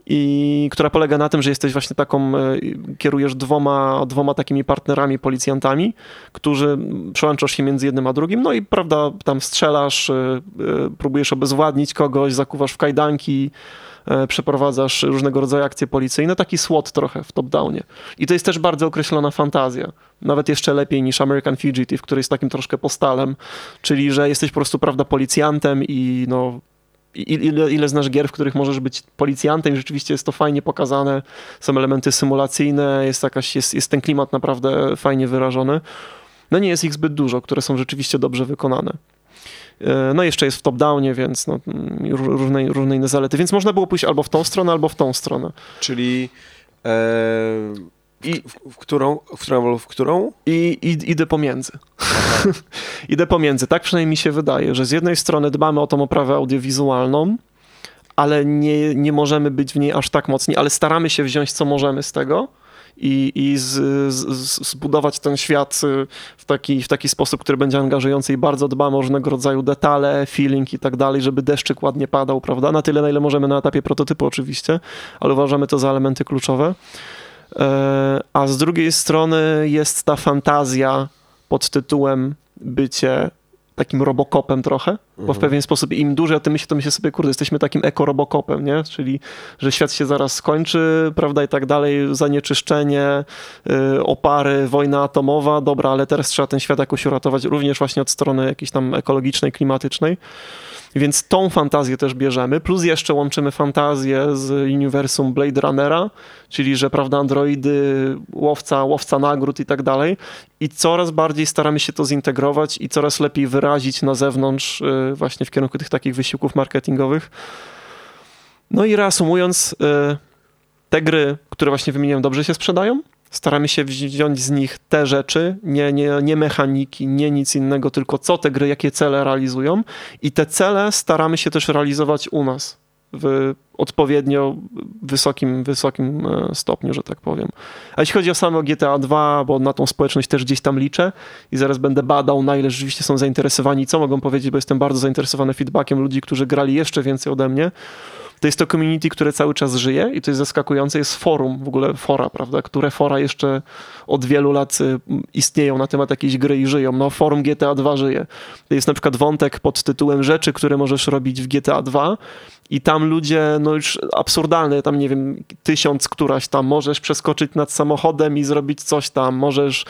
i która polega na tym, że jesteś właśnie kierujesz dwoma takimi partnerami, policjantami, którzy przełączasz się między jednym a drugim, no i prawda, tam strzelasz, próbujesz obezwładnić kogoś, zakuwasz w kajdanki, przeprowadzasz różnego rodzaju akcje policyjne, taki SWAT trochę w top-downie. I to jest też bardzo określona fantazja. Nawet jeszcze lepiej niż American Fugitive, który jest takim troszkę postalem, czyli że jesteś po prostu, prawda, policjantem i no ile znasz gier, w których możesz być policjantem i rzeczywiście jest to fajnie pokazane, są elementy symulacyjne, jest ten klimat naprawdę fajnie wyrażony. No nie jest ich zbyt dużo, które są rzeczywiście dobrze wykonane. No jeszcze jest w top-downie, więc no, różne inne zalety. Więc można było pójść albo w tą stronę, albo w tą stronę. Czyli w którą? Idę pomiędzy. Idę pomiędzy. Tak przynajmniej mi się wydaje, że z jednej strony dbamy o tą oprawę audiowizualną, ale nie możemy być w niej aż tak mocni, ale staramy się wziąć co możemy z tego i zbudować ten świat w taki sposób, który będzie angażujący i bardzo dbamy o różnego rodzaju detale, feeling i tak dalej, żeby deszczyk ładnie padał, prawda? Na tyle, na ile możemy na etapie prototypu oczywiście, ale uważamy to za elementy kluczowe. A z drugiej strony jest ta fantazja pod tytułem bycie takim robokopem trochę, bo w pewien sposób im dłużej o tym myślę, to myślę sobie, kurde, jesteśmy takim eko-robokopem, nie? Czyli, że świat się zaraz skończy, prawda, i tak dalej, zanieczyszczenie, opary, wojna atomowa, dobra, ale teraz trzeba ten świat jakoś uratować, również właśnie od strony jakiejś tam ekologicznej, klimatycznej. Więc tą fantazję też bierzemy, plus jeszcze łączymy fantazję z uniwersum Blade Runnera, czyli że, prawda, androidy, łowca nagród i tak dalej. I coraz bardziej staramy się to zintegrować i coraz lepiej wyrazić na zewnątrz właśnie w kierunku tych takich wysiłków marketingowych. No i reasumując, te gry, które właśnie wymieniłem, dobrze się sprzedają. Staramy się wziąć z nich te rzeczy, nie mechaniki, nie nic innego, tylko co te gry, jakie cele realizują i te cele staramy się też realizować u nas w odpowiednio wysokim stopniu, że tak powiem. A jeśli chodzi o samo GTA 2, bo na tą społeczność też gdzieś tam liczę i zaraz będę badał, na ile rzeczywiście są zainteresowani, co mogą powiedzieć, bo jestem bardzo zainteresowany feedbackiem ludzi, którzy grali jeszcze więcej ode mnie. To jest to community, które cały czas żyje i to jest zaskakujące, jest forum, w ogóle fora, prawda, które fora jeszcze od wielu lat istnieją na temat jakiejś gry i żyją. No forum GTA 2 żyje. To jest na przykład wątek pod tytułem rzeczy, które możesz robić w GTA 2 i tam ludzie, no już absurdalne, tam nie wiem, 1000 któraś tam, możesz przeskoczyć nad samochodem i zrobić coś tam, możesz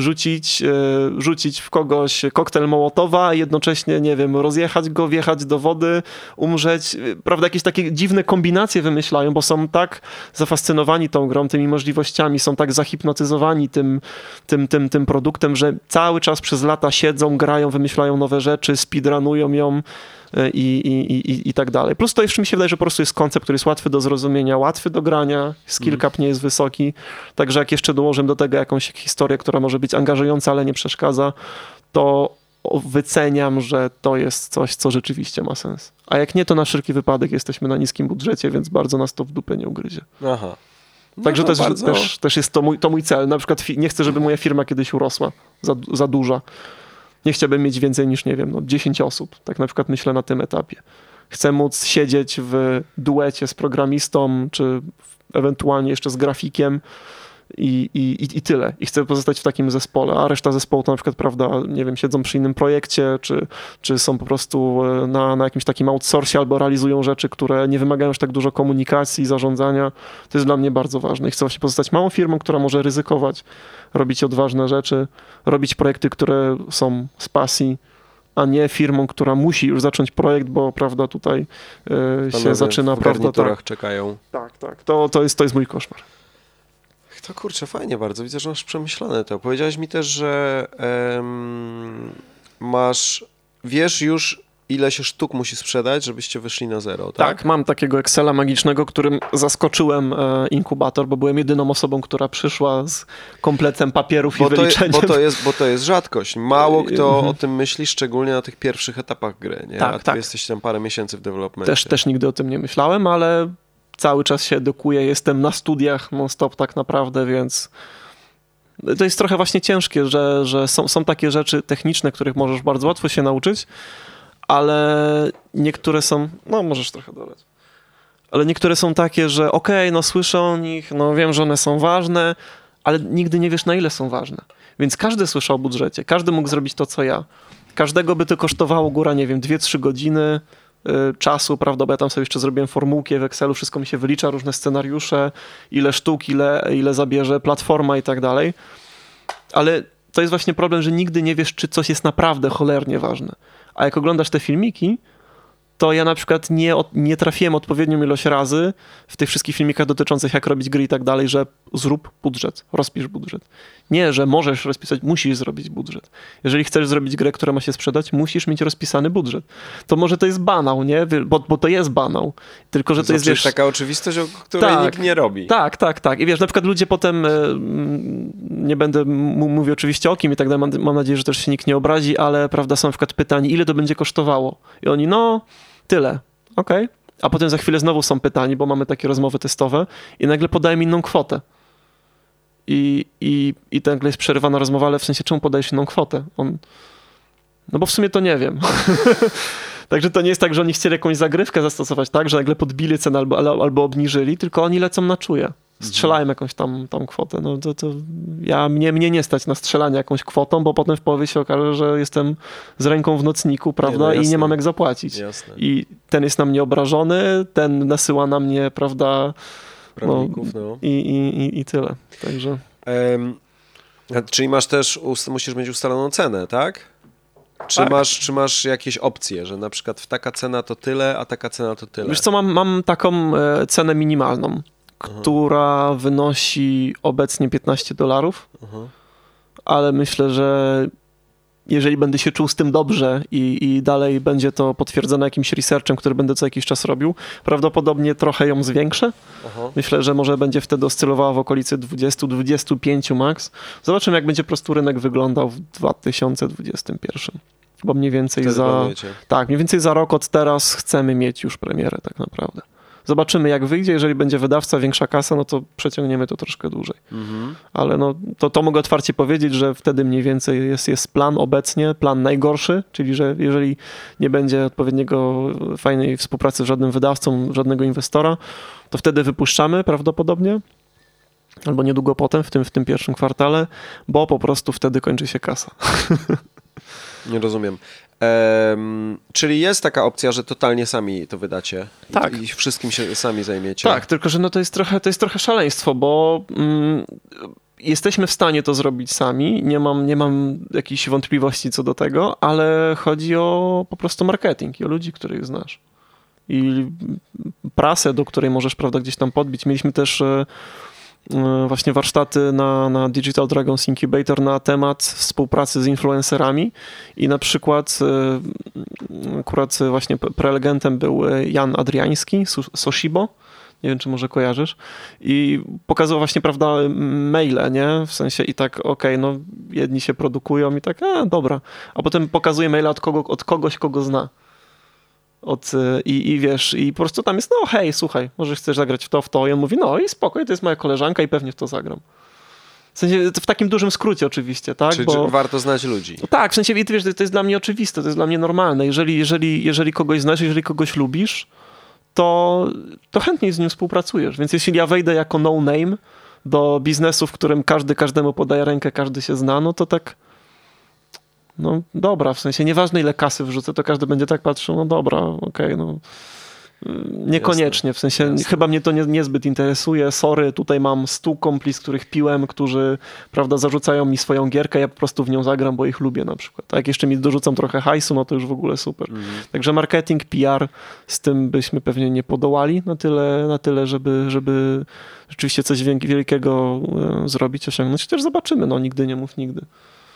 rzucić w kogoś koktajl Mołotowa, a jednocześnie, nie wiem, rozjechać go, wjechać do wody, umrzeć, prawda, jakieś takie dziwne kombinacje wymyślają, bo są tak zafascynowani tą grą, tymi możliwościami, są tak zahipnotyzowani tym produktem, że cały czas przez lata siedzą, grają, wymyślają nowe rzeczy, speedrunują ją i tak dalej. Plus to jeszcze mi się wydaje, że po prostu jest koncept, który jest łatwy do zrozumienia, łatwy do grania, skill cap nie jest wysoki, także jak jeszcze dołożę do tego jakąś historię, która może być angażująca, ale nie przeszkadza, to wyceniam, że to jest coś, co rzeczywiście ma sens. A jak nie, to na wszelki wypadek jesteśmy na niskim budżecie, więc bardzo nas to w dupę nie ugryzie. Aha. No także też jest to mój cel. Na przykład nie chcę, żeby moja firma kiedyś urosła za duża. Nie chciałbym mieć więcej niż, nie wiem, 10 osób. Tak na przykład myślę na tym etapie. Chcę móc siedzieć w duecie z programistą, czy ewentualnie jeszcze z grafikiem i tyle. I chcę pozostać w takim zespole, a reszta zespołu to na przykład, prawda, nie wiem, siedzą przy innym projekcie, czy są po prostu na jakimś takim outsourcie albo realizują rzeczy, które nie wymagają już tak dużo komunikacji, zarządzania. To jest dla mnie bardzo ważne. I chcę właśnie pozostać małą firmą, która może ryzykować, robić odważne rzeczy, robić projekty, które są z pasji, a nie firmą, która musi już zacząć projekt, bo, prawda, tutaj się zaczyna, w garniturach czekają. Tak. To jest mój koszmar. To kurczę, fajnie bardzo. Widzę, że masz przemyślane to. Powiedziałeś mi też, że wiesz już, ile się sztuk musi sprzedać, żebyście wyszli na zero, tak? Tak, mam takiego Excela magicznego, którym zaskoczyłem inkubator, bo byłem jedyną osobą, która przyszła z kompletem papierów i wyliczeniem. Bo to jest rzadkość. Mało kto o tym myśli, szczególnie na tych pierwszych etapach gry, nie? Tak, ty jesteś tam parę miesięcy w developmencie. Też nigdy o tym nie myślałem, ale cały czas się edukuję, jestem na studiach non-stop tak naprawdę, więc to jest trochę właśnie ciężkie, że są takie rzeczy techniczne, których możesz bardzo łatwo się nauczyć, ale niektóre są, no możesz trochę doleć, Ale niektóre są takie, że no słyszę o nich, no wiem, że one są ważne, ale nigdy nie wiesz, na ile są ważne. Więc każdy słyszał o budżecie, każdy mógł zrobić to, co ja. Każdego by to kosztowało góra, nie wiem, 2-3 godziny czasu, prawda, bo ja tam sobie jeszcze zrobiłem formułki w Excelu, wszystko mi się wylicza, różne scenariusze, ile sztuk, ile zabierze platforma i tak dalej. Ale to jest właśnie problem, że nigdy nie wiesz, czy coś jest naprawdę cholernie ważne. A jak oglądasz te filmiki, to ja na przykład nie trafiłem odpowiednią ilość razy w tych wszystkich filmikach dotyczących jak robić gry i tak dalej, że zrób budżet, rozpisz budżet. Nie, że możesz rozpisać, musisz zrobić budżet. Jeżeli chcesz zrobić grę, która ma się sprzedać, musisz mieć rozpisany budżet. To może to jest banał, nie? Bo to jest banał. Tylko, że to jest, wiesz... taka oczywistość, o której nikt nie robi. Tak. I wiesz, na przykład ludzie potem, nie będę mówił oczywiście o kim i tak dalej, mam nadzieję, że też się nikt nie obrazi, ale prawda, są na przykład pytani, ile to będzie kosztowało? I oni, tyle. Okej. A potem za chwilę znowu są pytani, bo mamy takie rozmowy testowe i nagle podają inną kwotę. I nagle jest przerywana rozmowa, ale w sensie, czemu podajesz inną kwotę? No bo w sumie to nie wiem. Także to nie jest tak, że oni chcieli jakąś zagrywkę zastosować, tak, że nagle podbili cenę albo obniżyli, tylko oni lecą na czuje. Strzelają jakąś tam kwotę. No to mnie nie stać na strzelanie jakąś kwotą, bo potem w połowie się okaże, że jestem z ręką w nocniku, prawda, i nie mam jak zapłacić. Jasne. I ten jest na mnie obrażony, ten nasyła na mnie, prawda, prawników, I tyle. Także. Czyli masz też, musisz mieć ustaloną cenę, tak? Czy masz jakieś opcje, że na przykład taka cena to tyle, a taka cena to tyle? Wiesz co, mam taką cenę minimalną, która wynosi obecnie $15, ale myślę, że jeżeli będę się czuł z tym dobrze i dalej będzie to potwierdzone jakimś researchem, który będę co jakiś czas robił, prawdopodobnie trochę ją zwiększę. Myślę, że może będzie wtedy oscylowała w okolicy 20-25 max. Zobaczymy, jak będzie po prostu rynek wyglądał w 2021. Bo mniej więcej mniej więcej za rok od teraz chcemy mieć już premierę tak naprawdę. Zobaczymy, jak wyjdzie. Jeżeli będzie wydawca, większa kasa, no to przeciągniemy to troszkę dłużej. Ale to mogę otwarcie powiedzieć, że wtedy mniej więcej jest plan obecnie, plan najgorszy, czyli że jeżeli nie będzie odpowiedniego fajnej współpracy z żadnym wydawcą, żadnego inwestora, to wtedy wypuszczamy prawdopodobnie, albo niedługo potem, w tym pierwszym kwartale, bo po prostu wtedy kończy się kasa. Nie rozumiem. Czyli jest taka opcja, że totalnie sami to wydacie i wszystkim się sami zajmiecie. Tak, tylko że to jest trochę szaleństwo, bo jesteśmy w stanie to zrobić sami, nie mam jakichś wątpliwości co do tego, ale chodzi o po prostu marketing i o ludzi, których znasz. I prasę, do której możesz, prawda, gdzieś tam podbić. Mieliśmy też właśnie warsztaty na Digital Dragons Incubator na temat współpracy z influencerami i na przykład akurat właśnie prelegentem był Jan Adriański, Soshibo, nie wiem, czy może kojarzysz, i pokazywał właśnie, prawda, maile, nie, w sensie i tak no jedni się produkują i tak, dobra, a potem pokazuje maila od kogoś, kogo zna. I wiesz, i po prostu tam jest, hej, słuchaj, może chcesz zagrać w to, i on mówi, i spokoj, to jest moja koleżanka i pewnie w to zagram. W sensie, w takim dużym skrócie oczywiście, tak? Czyli warto znać ludzi. Tak, w sensie, wiesz, to jest dla mnie oczywiste, to jest dla mnie normalne. Jeżeli kogoś znasz, jeżeli kogoś lubisz, to chętnie z nim współpracujesz. Więc jeśli ja wejdę jako no name do biznesu, w którym każdy każdemu podaje rękę, każdy się zna, no to tak... No dobra, w sensie nieważne ile kasy wrzucę, to każdy będzie tak patrzył, no dobra, okej, niekoniecznie, w sensie chyba mnie to niezbyt interesuje, sorry, tutaj mam 100 kumpli, z których piłem, którzy, prawda, zarzucają mi swoją gierkę, ja po prostu w nią zagram, bo ich lubię na przykład. A jak jeszcze mi dorzucam trochę hajsu, no to już w ogóle super. Także marketing, PR, z tym byśmy pewnie nie podołali na tyle, żeby rzeczywiście coś wielkiego zrobić, osiągnąć. Też zobaczymy, nigdy nie mów nigdy.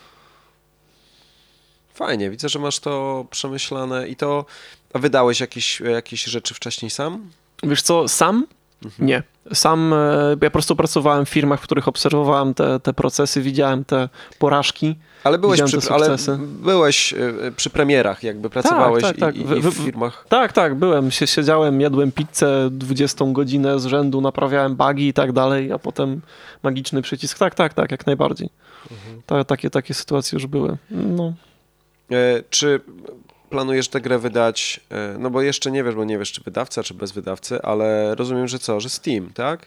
Fajnie, widzę, że masz to przemyślane a wydałeś jakieś rzeczy wcześniej sam? Wiesz co, sam? Nie. Sam, ja po prostu pracowałem w firmach, w których obserwowałem te procesy, widziałem te porażki. Ale byłeś przy premierach, jakby pracowałeś i w firmach. Tak, byłem. Siedziałem, jadłem pizzę 20 godzinę z rzędu, naprawiałem bugi i tak dalej, a potem magiczny przycisk. Tak, jak najbardziej. Takie sytuacje już były. No. Czy planujesz tę grę wydać, no bo jeszcze nie wiesz, bo nie wiesz, czy wydawca, czy bez wydawcy, ale rozumiem, że co, że Steam, tak?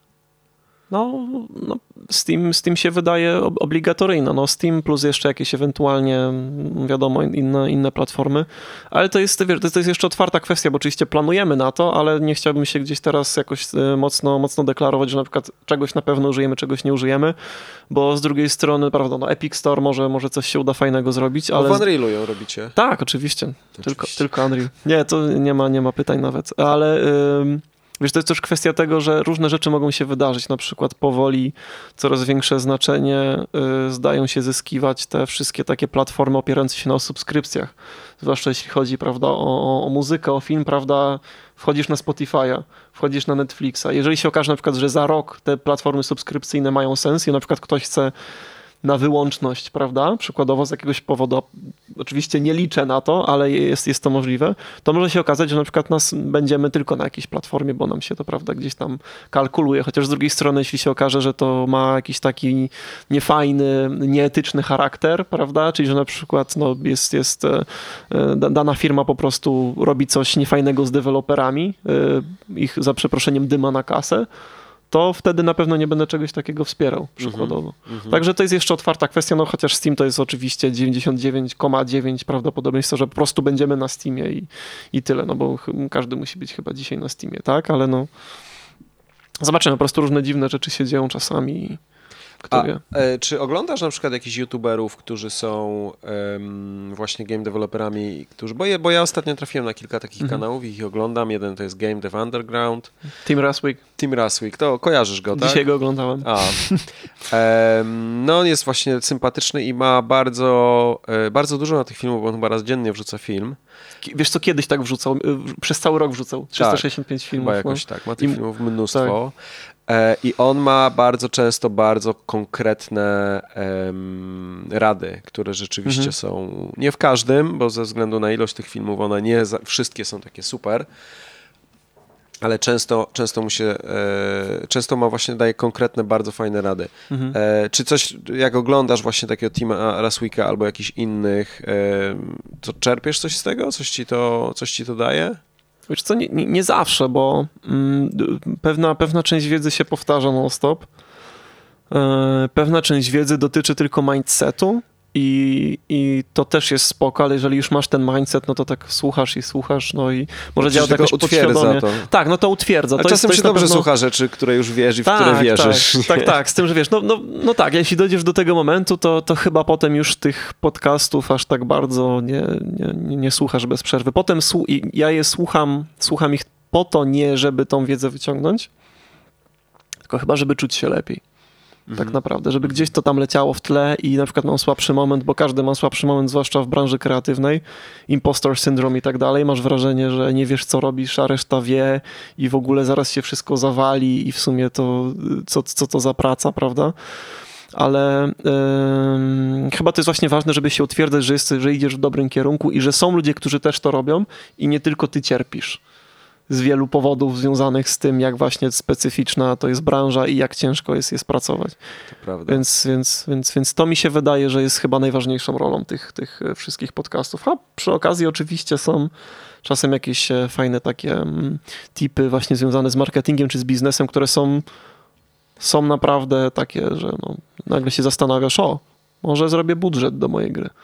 No Steam się wydaje obligatoryjne. No Steam plus jeszcze jakieś ewentualnie, wiadomo, inne platformy. Ale to jest, wiesz, to jest jeszcze otwarta kwestia, bo oczywiście planujemy na to, ale nie chciałbym się gdzieś teraz jakoś mocno deklarować, że na przykład czegoś na pewno użyjemy, czegoś nie użyjemy, bo z drugiej strony, prawda, no Epic Store może coś się uda fajnego zrobić, ale... W Unrealu ją robicie. Tak, oczywiście. Tylko Unreal. Nie, to nie ma pytań nawet, ale... Wiesz, to jest też kwestia tego, że różne rzeczy mogą się wydarzyć. Na przykład powoli coraz większe znaczenie zdają się zyskiwać te wszystkie takie platformy opierające się na subskrypcjach. Zwłaszcza jeśli chodzi, prawda, o muzykę, o film, prawda, wchodzisz na Spotify'a, wchodzisz na Netflixa. Jeżeli się okaże na przykład, że za rok te platformy subskrypcyjne mają sens i na przykład ktoś chce na wyłączność, prawda, przykładowo z jakiegoś powodu, oczywiście nie liczę na to, ale jest to możliwe, to może się okazać, że na przykład będziemy tylko na jakiejś platformie, bo nam się to, prawda, gdzieś tam kalkuluje, chociaż z drugiej strony, jeśli się okaże, że to ma jakiś taki niefajny, nieetyczny charakter, prawda, czyli że na przykład no, dana firma po prostu robi coś niefajnego z deweloperami, ich za przeproszeniem dyma na kasę, to wtedy na pewno nie będę czegoś takiego wspierał, przykładowo. Także to jest jeszcze otwarta kwestia, no chociaż Steam to jest oczywiście 99,9 prawdopodobieństwo, że po prostu będziemy na Steamie i tyle, no bo każdy musi być chyba dzisiaj na Steamie, tak? Ale no zobaczymy, po prostu różne dziwne rzeczy się dzieją czasami. Czy oglądasz na przykład jakichś youtuberów, którzy są właśnie game developerami, bo ja ostatnio trafiłem na kilka takich kanałów i ich oglądam. Jeden to jest Game Dev Underground. Tim Raswick, to kojarzysz go, tak? Dzisiaj go oglądałem. No on jest właśnie sympatyczny i ma bardzo dużo na tych filmów, bo on chyba raz dziennie wrzuca film. Wiesz co, kiedyś tak wrzucał, przez cały rok wrzucał, 365 filmów. Chyba jakoś tak, ma tych filmów mnóstwo. Tak. I on ma bardzo często bardzo konkretne rady, które rzeczywiście są, nie w każdym, bo ze względu na ilość tych filmów one nie wszystkie są takie super, ale często ma właśnie, daje konkretne, bardzo fajne rady. Czy coś, jak oglądasz właśnie takiego Tima Raswicka albo jakichś innych, to czerpiesz coś z tego? Coś ci to daje? Wiesz co, nie zawsze, bo pewna część wiedzy się powtarza non-stop. Pewna część wiedzy dotyczy tylko mindsetu i to też jest spoko, ale jeżeli już masz ten mindset, no to tak słuchasz, no i może działa to jakoś podświadomie. To. Tak, no to utwierdza. A czasem się dobrze słucha rzeczy, które już wiesz i w które wierzysz. Tak, z tym, że wiesz, no tak, jeśli dojdziesz do tego momentu, to chyba potem już tych podcastów aż tak bardzo nie słuchasz bez przerwy. Potem ja je słucham ich po to nie, żeby tą wiedzę wyciągnąć, tylko chyba, żeby czuć się lepiej. Tak naprawdę, żeby gdzieś to tam leciało w tle i na przykład mam słabszy moment, bo każdy ma słabszy moment, zwłaszcza w branży kreatywnej, impostor syndrome i tak dalej, masz wrażenie, że nie wiesz co robisz, a reszta wie i w ogóle zaraz się wszystko zawali i w sumie to co to za praca, prawda? Ale chyba to jest właśnie ważne, żeby się utwierdzać, że idziesz w dobrym kierunku i że są ludzie, którzy też to robią i nie tylko ty cierpisz. Z wielu powodów związanych z tym, jak właśnie specyficzna to jest branża i jak ciężko jest pracować. To prawda. Więc to mi się wydaje, że jest chyba najważniejszą rolą tych wszystkich podcastów. A przy okazji oczywiście są czasem jakieś fajne takie tipy właśnie związane z marketingiem czy z biznesem, które są naprawdę takie, że no, nagle się zastanawiasz, może zrobię budżet do mojej gry.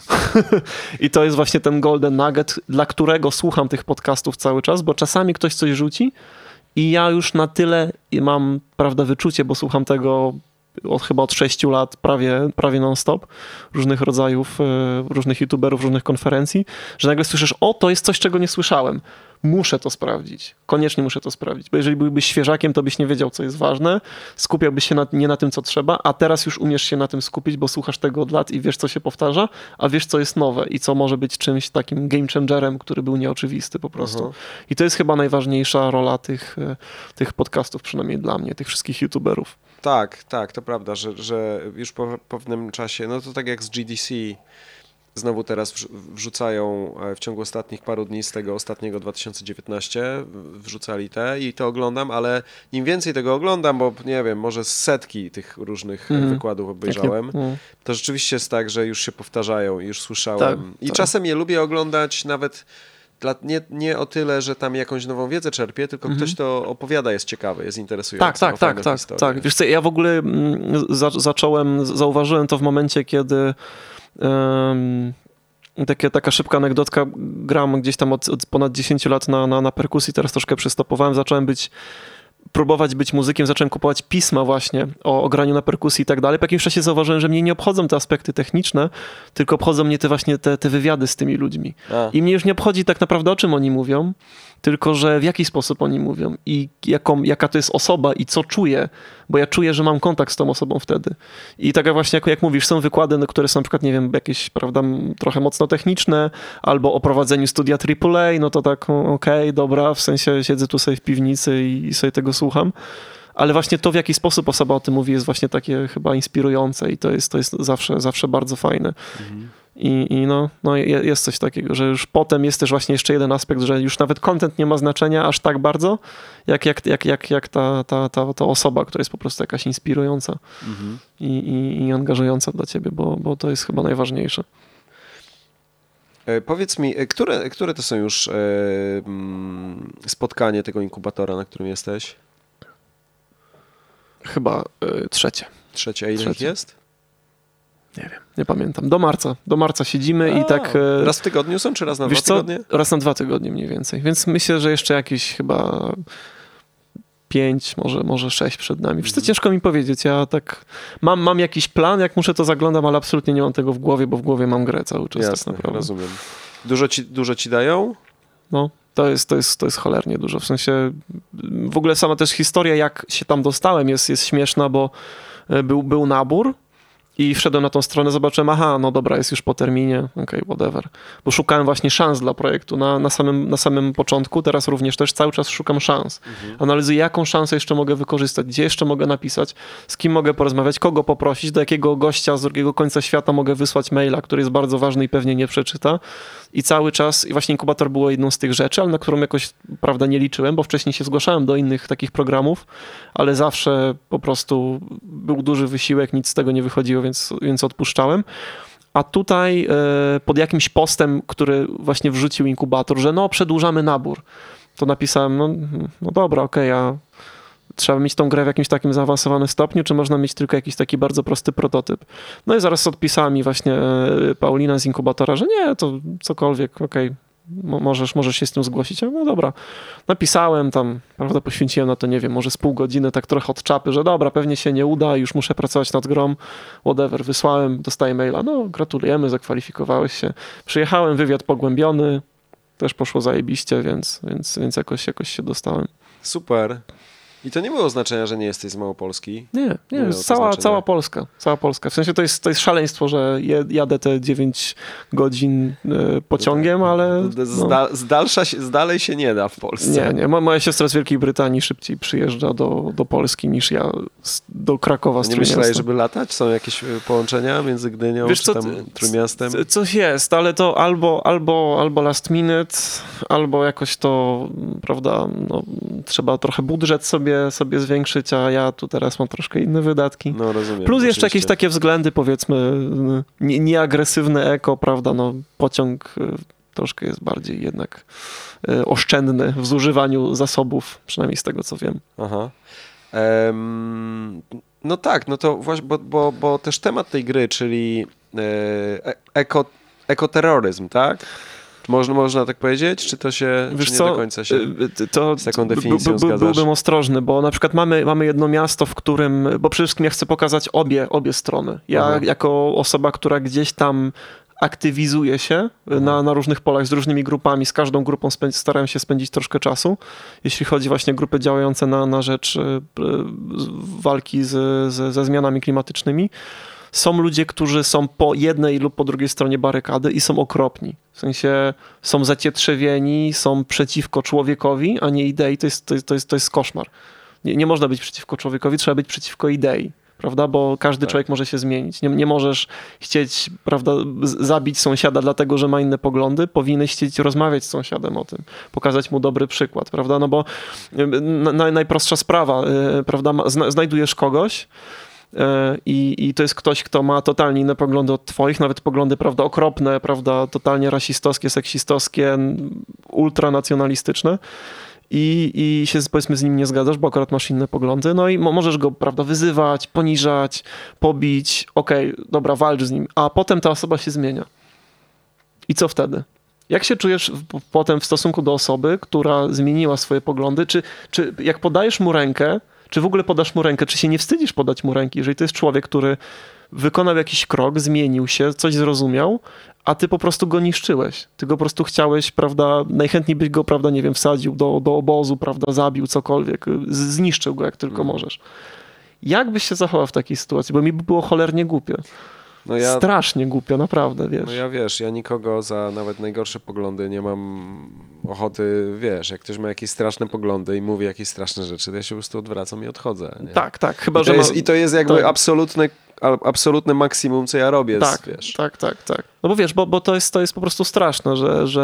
I to jest właśnie ten golden nugget, dla którego słucham tych podcastów cały czas, bo czasami ktoś coś rzuci i ja już na tyle mam, prawda, wyczucie, bo słucham tego chyba od 6 lat prawie non-stop, różnych rodzajów, różnych youtuberów, różnych konferencji, że nagle słyszysz, to jest coś, czego nie słyszałem. Muszę to sprawdzić. Koniecznie muszę to sprawdzić, bo jeżeli byłbyś świeżakiem, to byś nie wiedział, co jest ważne, skupiałbyś się nie na tym, co trzeba, a teraz już umiesz się na tym skupić, bo słuchasz tego od lat i wiesz, co się powtarza, a wiesz, co jest nowe i co może być czymś takim game changerem, który był nieoczywisty po prostu. I to jest chyba najważniejsza rola tych podcastów, przynajmniej dla mnie, tych wszystkich youtuberów. Tak, to prawda, że już po pewnym czasie, no to tak jak z GDC, znowu teraz wrzucają w ciągu ostatnich paru dni z tego ostatniego 2019, wrzucali i to oglądam, ale im więcej tego oglądam, bo nie wiem, może setki tych różnych wykładów obejrzałem, to rzeczywiście jest tak, że już się powtarzają, już słyszałem. I czasem je lubię oglądać nawet nie o tyle, że tam jakąś nową wiedzę czerpię, tylko ktoś to opowiada, jest ciekawy, jest interesujący. Tak. Wiesz co, ja w ogóle zauważyłem to w momencie, kiedy taka szybka anegdotka, gram gdzieś tam od ponad 10 lat na perkusji, teraz troszkę przystopowałem, próbować być muzykiem, zacząłem kupować pisma właśnie o graniu na perkusji i tak dalej. Po jakimś czasie zauważyłem, że mnie nie obchodzą te aspekty techniczne, tylko obchodzą mnie te wywiady z tymi ludźmi. I mnie już nie obchodzi tak naprawdę, o czym oni mówią, tylko że w jaki sposób oni mówią i jaka to jest osoba i co czuję, bo ja czuję, że mam kontakt z tą osobą wtedy. I tak właśnie, jak mówisz, są wykłady, które są na przykład, nie wiem, jakieś, prawda, trochę mocno techniczne, albo o prowadzeniu studia AAA, no to tak, okej, dobra, w sensie siedzę tu sobie w piwnicy i sobie tego słucham. Ale właśnie to, w jaki sposób osoba o tym mówi, jest właśnie takie chyba inspirujące i to jest zawsze bardzo fajne. I jest coś takiego, że już potem jest też właśnie jeszcze jeden aspekt, że już nawet content nie ma znaczenia aż tak bardzo, jak ta osoba, która jest po prostu jakaś inspirująca i angażująca dla ciebie, bo to jest chyba najważniejsze. Powiedz mi, które to są już spotkanie tego inkubatora, na którym jesteś? Chyba trzecie. Trzecie, a ile ich jest? Nie wiem, nie pamiętam. Do marca siedzimy i tak... Raz w tygodniu są, czy raz na 2 tygodnie? Raz na 2 tygodnie mniej więcej. Więc myślę, że jeszcze jakieś chyba 5, może 6 przed nami. Wiesz co, ciężko mi powiedzieć. Ja tak mam jakiś plan, jak muszę to zaglądam, ale absolutnie nie mam tego w głowie, bo w głowie mam grę cały czas. Jasne, tak naprawdę. Rozumiem. Dużo ci dają? No, to jest cholernie dużo. W sensie w ogóle sama też historia, jak się tam dostałem, jest śmieszna, bo był nabór. I wszedłem na tą stronę, zobaczyłem, no dobra, jest już po terminie, whatever. Bo szukałem właśnie szans dla projektu na samym początku, teraz również też cały czas szukam szans. Analizuję, jaką szansę jeszcze mogę wykorzystać, gdzie jeszcze mogę napisać, z kim mogę porozmawiać, kogo poprosić, do jakiego gościa z drugiego końca świata mogę wysłać maila, który jest bardzo ważny i pewnie nie przeczyta. I cały czas, i właśnie inkubator było jedną z tych rzeczy, ale na którą jakoś, prawda, nie liczyłem, bo wcześniej się zgłaszałem do innych takich programów, ale zawsze po prostu był duży wysiłek, nic z tego nie wychodziło, więc odpuszczałem. A tutaj pod jakimś postem, który właśnie wrzucił inkubator, że przedłużamy nabór, to napisałem, no dobra, a trzeba mieć tą grę w jakimś takim zaawansowanym stopniu, czy można mieć tylko jakiś taki bardzo prosty prototyp. No i zaraz odpisała mi właśnie Paulina z inkubatora, że nie, to cokolwiek, możesz się z tym zgłosić. No dobra. Napisałem tam, prawda, poświęciłem na to, nie wiem, może z pół godziny, tak trochę od czapy, że dobra, pewnie się nie uda, już muszę pracować nad grą, whatever. Wysłałem, dostaję maila, gratulujemy, zakwalifikowałeś się. Przyjechałem, wywiad pogłębiony, też poszło zajebiście, więc jakoś się dostałem. Super. I to nie było znaczenia, że nie jesteś z Małopolski? Nie, cała Polska. Cała Polska. W sensie to jest szaleństwo, że jadę te 9 godzin pociągiem, ale... Z dalej się nie da w Polsce. Nie. Moja siostra z Wielkiej Brytanii szybciej przyjeżdża do Polski niż ja do Krakowa z Trójmiasta. Nie myślałeś, żeby latać? Są jakieś połączenia między Gdynią czy tam Trójmiastem? Coś jest, ale to albo last minute, albo jakoś to, prawda, trzeba trochę budżet sobie zwiększyć, a ja tu teraz mam troszkę inne wydatki. No rozumiem. Plus jeszcze jakieś takie względy, powiedzmy, nieagresywne eko, prawda, pociąg troszkę jest bardziej jednak oszczędny w zużywaniu zasobów, przynajmniej z tego, co wiem. Aha. No tak, to właśnie, bo też temat tej gry, czyli ekoterroryzm, tak? Można tak powiedzieć? Czy to się nie do końca się z taką definicją zgadzasz? Byłbym ostrożny, bo na przykład mamy jedno miasto, w którym, bo przede wszystkim ja chcę pokazać obie strony. Ja jako osoba, która gdzieś tam aktywizuje się na różnych polach z różnymi grupami, z każdą grupą starałem się spędzić troszkę czasu, jeśli chodzi właśnie o grupy działające na rzecz walki ze zmianami klimatycznymi. Są ludzie, którzy są po jednej lub po drugiej stronie barykady i są okropni. W sensie są zacietrzewieni, są przeciwko człowiekowi, a nie idei. To jest koszmar. Nie można być przeciwko człowiekowi, trzeba być przeciwko idei. prawda? Bo każdy człowiek może się zmienić. Nie możesz chcieć, prawda, zabić sąsiada dlatego, że ma inne poglądy. Powinieneś chcieć rozmawiać z sąsiadem o tym, pokazać mu dobry przykład, prawda? No bo najprostsza sprawa, prawda? Znajdujesz kogoś, i to jest ktoś, kto ma totalnie inne poglądy od twoich, nawet poglądy, prawda, okropne, prawda, totalnie rasistowskie, seksistowskie, ultranacjonalistyczne i się, powiedzmy, z nim nie zgadzasz, bo akurat masz inne poglądy, no i możesz go, prawda, wyzywać, poniżać, pobić, okej, dobra, walcz z nim, a potem ta osoba się zmienia. I co wtedy? Jak się czujesz potem w stosunku do osoby, która zmieniła swoje poglądy? Czy jak podajesz mu rękę, czy w ogóle podasz mu rękę? Czy się nie wstydzisz podać mu ręki, jeżeli to jest człowiek, który wykonał jakiś krok, zmienił się, coś zrozumiał, a ty po prostu go niszczyłeś. Ty go po prostu chciałeś, prawda, najchętniej byś go, prawda, nie wiem, wsadził do obozu, prawda, zabił, cokolwiek, zniszczył go jak tylko możesz. Jak byś się zachował w takiej sytuacji? Bo mi by było cholernie głupio. No strasznie głupio, naprawdę, wiesz. No ja nikogo za nawet najgorsze poglądy nie mam ochoty, wiesz, jak ktoś ma jakieś straszne poglądy i mówi jakieś straszne rzeczy, to ja się po prostu odwracam i odchodzę. Nie? Tak, chyba, I to jest jakby absolutne maksimum, co ja robię. Wiesz. Tak. No bo wiesz, bo to jest po prostu straszne,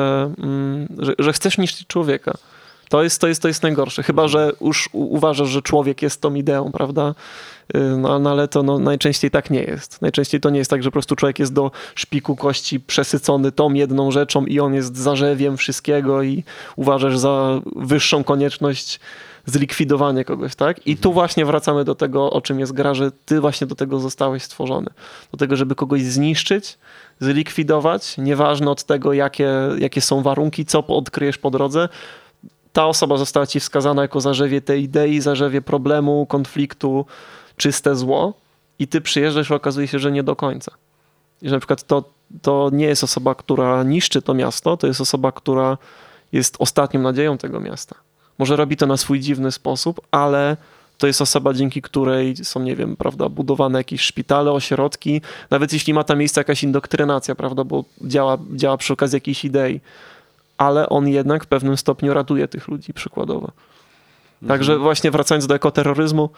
że chcesz niszczyć człowieka. To jest najgorsze. Chyba że już uważasz, że człowiek jest tą ideą, prawda? No ale to najczęściej tak nie jest. Najczęściej to nie jest tak, że po prostu człowiek jest do szpiku kości przesycony tą jedną rzeczą i on jest zarzewiem wszystkiego i uważasz za wyższą konieczność zlikwidowanie kogoś, tak? I tu właśnie wracamy do tego, o czym jest gra, że ty właśnie do tego zostałeś stworzony. Do tego, żeby kogoś zniszczyć, zlikwidować, nieważne od tego, jakie są warunki, co odkryjesz po drodze. Ta osoba została ci wskazana jako zarzewie tej idei, zarzewie problemu, konfliktu, czyste zło i ty przyjeżdżasz i okazuje się, że nie do końca. I że na przykład to nie jest osoba, która niszczy to miasto, to jest osoba, która jest ostatnią nadzieją tego miasta. Może robi to na swój dziwny sposób, ale to jest osoba, dzięki której są, nie wiem, prawda, budowane jakieś szpitale, ośrodki, nawet jeśli ma tam miejsce jakaś indoktrynacja, prawda, bo działa przy okazji jakiejś idei, ale on jednak w pewnym stopniu ratuje tych ludzi przykładowo. Także właśnie wracając do ekoterroryzmu,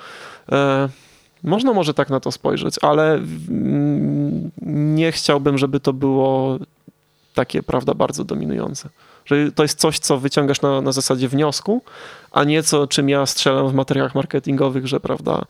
można może tak na to spojrzeć, ale nie chciałbym, żeby to było takie, prawda, bardzo dominujące. Że to jest coś, co wyciągasz na zasadzie wniosku, a nie czym ja strzelam w materiałach marketingowych, że, prawda,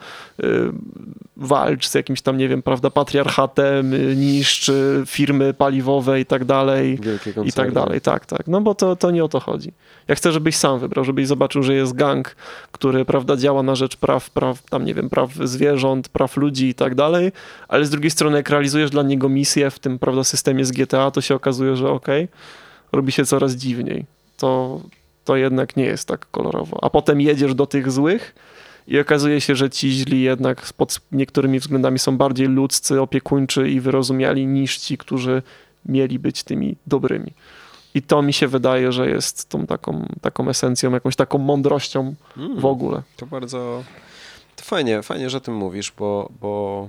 walcz z jakimś tam, nie wiem, prawda, patriarchatem, niszcz firmy paliwowe i tak dalej. I tak dalej. Tak. No bo to nie o to chodzi. Ja chcę, żebyś sam wybrał, żebyś zobaczył, że jest gang, który, prawda, działa na rzecz praw tam, nie wiem, praw zwierząt, praw ludzi i tak dalej, ale z drugiej strony, jak realizujesz dla niego misję w tym, prawda, systemie z GTA, to się okazuje, że robi się coraz dziwniej. To jednak nie jest tak kolorowo. A potem jedziesz do tych złych i okazuje się, że ci źli jednak pod niektórymi względami są bardziej ludzcy, opiekuńczy i wyrozumiali niż ci, którzy mieli być tymi dobrymi. I to mi się wydaje, że jest tą taką esencją, jakąś taką mądrością w ogóle. To bardzo... To fajnie, że o tym mówisz, bo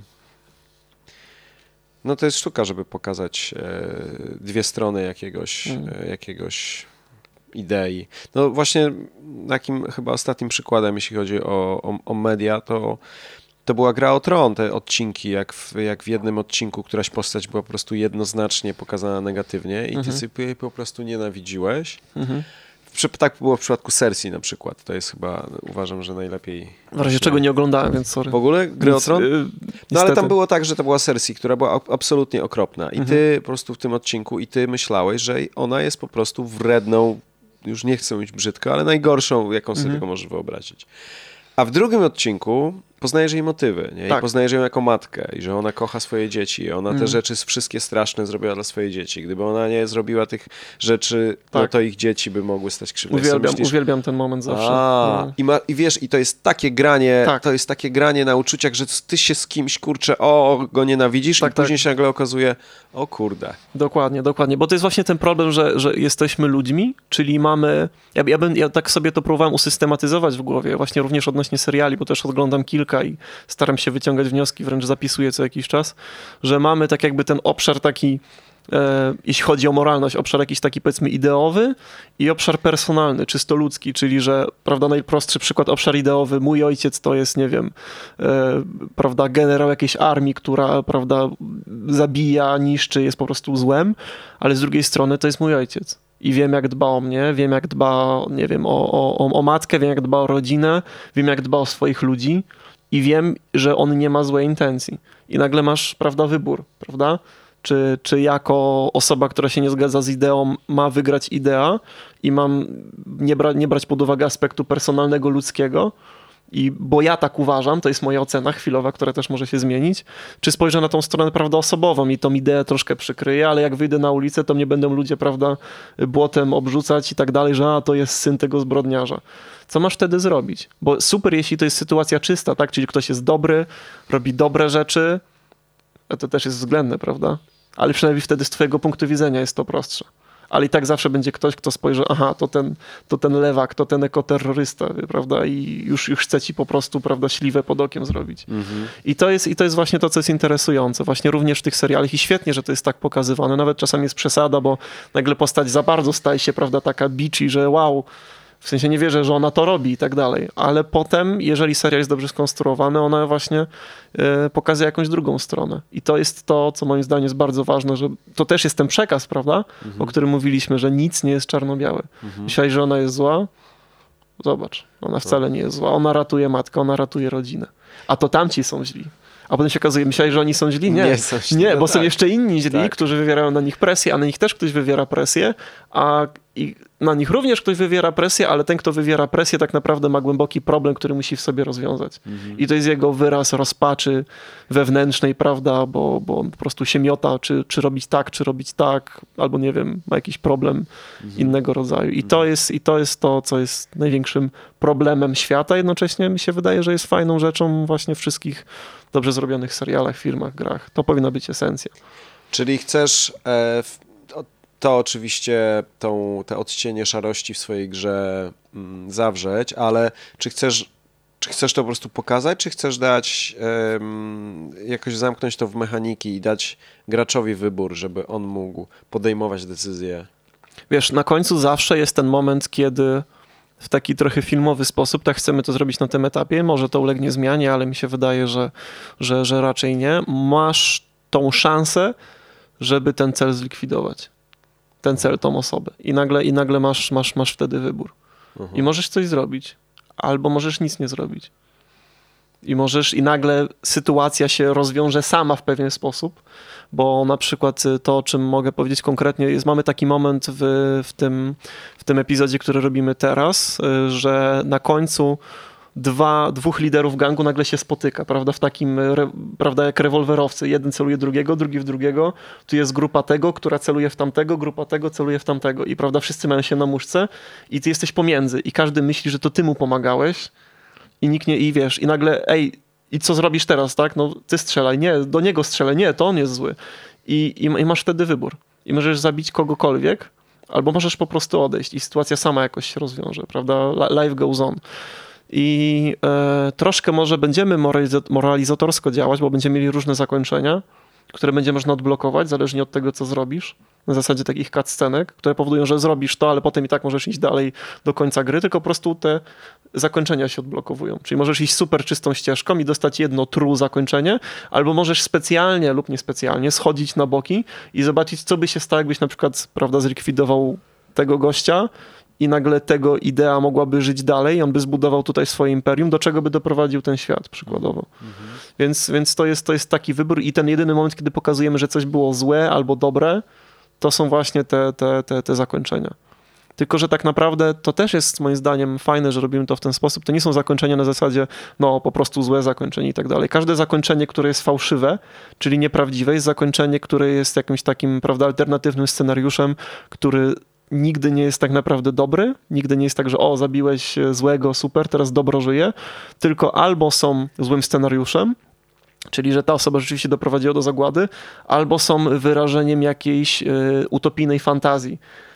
no to jest sztuka, żeby pokazać dwie strony jakiegoś idei. No właśnie takim chyba ostatnim przykładem, jeśli chodzi o media, to była Gra o Tron, te odcinki, jak w jednym odcinku któraś postać była po prostu jednoznacznie pokazana negatywnie i ty sobie jej po prostu nienawidziłeś. Tak było w przypadku Cersei na przykład. To jest chyba, uważam, że najlepiej... W razie czego nie oglądałem, więc sorry. W ogóle Gry o Tron? No ale tam było tak, że to była Cersei, która była absolutnie okropna. I ty po prostu w tym odcinku myślałeś, że ona jest po prostu wredną, już nie chcę mówić brzydko, ale najgorszą, jaką sobie tylko możesz wyobrazić. A w drugim odcinku poznajesz jej motywy, nie? I poznajesz ją jako matkę i że ona kocha swoje dzieci i ona te rzeczy wszystkie straszne zrobiła dla swojej dzieci. Gdyby ona nie zrobiła tych rzeczy, no to ich dzieci by mogły stać krzywdą. Uwielbiam ten moment zawsze. I wiesz, i to jest takie granie na uczuciach, że ty się z kimś, kurczę, go nienawidzisz i później się nagle okazuje, o kurde. Dokładnie, bo to jest właśnie ten problem, że jesteśmy ludźmi, czyli mamy... Ja tak sobie to próbowałem usystematyzować w głowie, właśnie również odnośnie seriali, bo też oglądam kilka i staram się wyciągać wnioski, wręcz zapisuję co jakiś czas, że mamy tak jakby ten obszar taki jeśli chodzi o moralność, obszar jakiś taki powiedzmy ideowy i obszar personalny, czysto ludzki, czyli że, prawda, najprostszy przykład, obszar ideowy, mój ojciec to jest, nie wiem, prawda, generał jakiejś armii, która, prawda, zabija, niszczy, jest po prostu złem, ale z drugiej strony to jest mój ojciec. I wiem, jak dba o mnie, wiem, jak dba, nie wiem, o matkę, wiem, jak dba o rodzinę, wiem, jak dba o swoich ludzi i wiem, że on nie ma złej intencji. I nagle masz, prawda, wybór, prawda? Czy jako osoba, która się nie zgadza z ideą, ma wygrać idea i mam nie brać pod uwagę aspektu personalnego, ludzkiego, bo ja tak uważam, to jest moja ocena chwilowa, która też może się zmienić, czy spojrzę na tą stronę, prawda, osobową i tą ideę troszkę przykryję, ale jak wyjdę na ulicę, to mnie będą ludzie, prawda, błotem obrzucać i tak dalej, że to jest syn tego zbrodniarza. Co masz wtedy zrobić? Bo super, jeśli to jest sytuacja czysta, tak, czyli ktoś jest dobry, robi dobre rzeczy, a to też jest względne, prawda? Ale przynajmniej wtedy z twojego punktu widzenia jest to prostsze. Ale i tak zawsze będzie ktoś, kto spojrzy, to ten lewak, to ten ekoterrorysta, prawda? I już chce ci po prostu, prawda, śliwę pod okiem zrobić. Mhm. I to jest właśnie to, co jest interesujące. Właśnie również w tych serialach i świetnie, że to jest tak pokazywane. Nawet czasami jest przesada, bo nagle postać za bardzo staje się, prawda, taka bitchy, że wow, w sensie nie wierzę, że ona to robi i tak dalej. Ale potem, jeżeli serial jest dobrze skonstruowany, ona właśnie pokazuje jakąś drugą stronę. I to jest to, co moim zdaniem jest bardzo ważne, że to też jest ten przekaz, prawda? O którym mówiliśmy, że nic nie jest czarno-białe. Myślałeś, że ona jest zła? Zobacz, ona wcale nie jest zła. Ona ratuje matkę, ona ratuje rodzinę. A to tamci są źli. A potem się okazuje, myślałeś, że oni są źli? Nie, bo są jeszcze inni źli, którzy wywierają na nich presję, a na nich też ktoś wywiera presję, i na nich również ktoś wywiera presję, ale ten, kto wywiera presję, tak naprawdę ma głęboki problem, który musi w sobie rozwiązać. I to jest jego wyraz rozpaczy wewnętrznej, prawda, bo on po prostu się miota, czy robić tak, albo nie wiem, ma jakiś problem innego rodzaju. I to jest to, co jest największym problemem świata. Jednocześnie mi się wydaje, że jest fajną rzeczą właśnie w wszystkich dobrze zrobionych serialach, filmach, grach. To powinna być esencja. Czyli chcesz to oczywiście te odcienie szarości w swojej grze zawrzeć, ale czy chcesz to po prostu pokazać, czy chcesz dać jakoś zamknąć to w mechaniki i dać graczowi wybór, żeby on mógł podejmować decyzje? Wiesz, na końcu zawsze jest ten moment, kiedy w taki trochę filmowy sposób, tak chcemy to zrobić na tym etapie, może to ulegnie zmianie, ale mi się wydaje, że raczej nie. Masz tą szansę, żeby ten cel zlikwidować. Ten cel, tą osobę. I nagle masz wtedy wybór. I możesz coś zrobić. Albo możesz nic nie zrobić. I nagle sytuacja się rozwiąże sama w pewien sposób, bo na przykład to, o czym mogę powiedzieć konkretnie, mamy taki moment w tym epizodzie, który robimy teraz, że na końcu dwóch liderów gangu nagle się spotyka, prawda, w takim, prawda, jak rewolwerowcy. Jeden celuje drugiego, drugi w drugiego. Tu jest grupa tego, która celuje w tamtego, grupa tego celuje w tamtego. I prawda, wszyscy mają się na muszce i ty jesteś pomiędzy. I każdy myśli, że to ty mu pomagałeś i nikt nie, i wiesz, i nagle, i co zrobisz teraz, tak? No ty strzelaj, nie, do niego strzelaj, nie, to on jest zły. I masz wtedy wybór. I możesz zabić kogokolwiek, albo możesz po prostu odejść i sytuacja sama jakoś się rozwiąże, prawda? Life goes on. I troszkę może będziemy moralizatorsko działać, bo będziemy mieli różne zakończenia, które będzie można odblokować, zależnie od tego, co zrobisz. Na zasadzie takich cutscenek, które powodują, że zrobisz to, ale potem i tak możesz iść dalej do końca gry, tylko po prostu te zakończenia się odblokowują. Czyli możesz iść super czystą ścieżką i dostać jedno true zakończenie, albo możesz specjalnie lub niespecjalnie schodzić na boki i zobaczyć, co by się stało, jakbyś na przykład, prawda, zlikwidował tego gościa i nagle tego idea mogłaby żyć dalej i on by zbudował tutaj swoje imperium, do czego by doprowadził ten świat przykładowo. Więc to jest taki wybór i ten jedyny moment, kiedy pokazujemy, że coś było złe albo dobre, to są właśnie te zakończenia. Tylko że tak naprawdę to też jest moim zdaniem fajne, że robimy to w ten sposób. To nie są zakończenia na zasadzie po prostu złe zakończenie i tak dalej. Każde zakończenie, które jest fałszywe, czyli nieprawdziwe, jest zakończenie, które jest jakimś takim, prawda, alternatywnym scenariuszem, który nigdy nie jest tak naprawdę dobry, nigdy nie jest tak, że zabiłeś złego, super, teraz dobro żyje, tylko albo są złym scenariuszem, czyli że ta osoba rzeczywiście doprowadziła do zagłady, albo są wyrażeniem jakiejś utopijnej fantazji.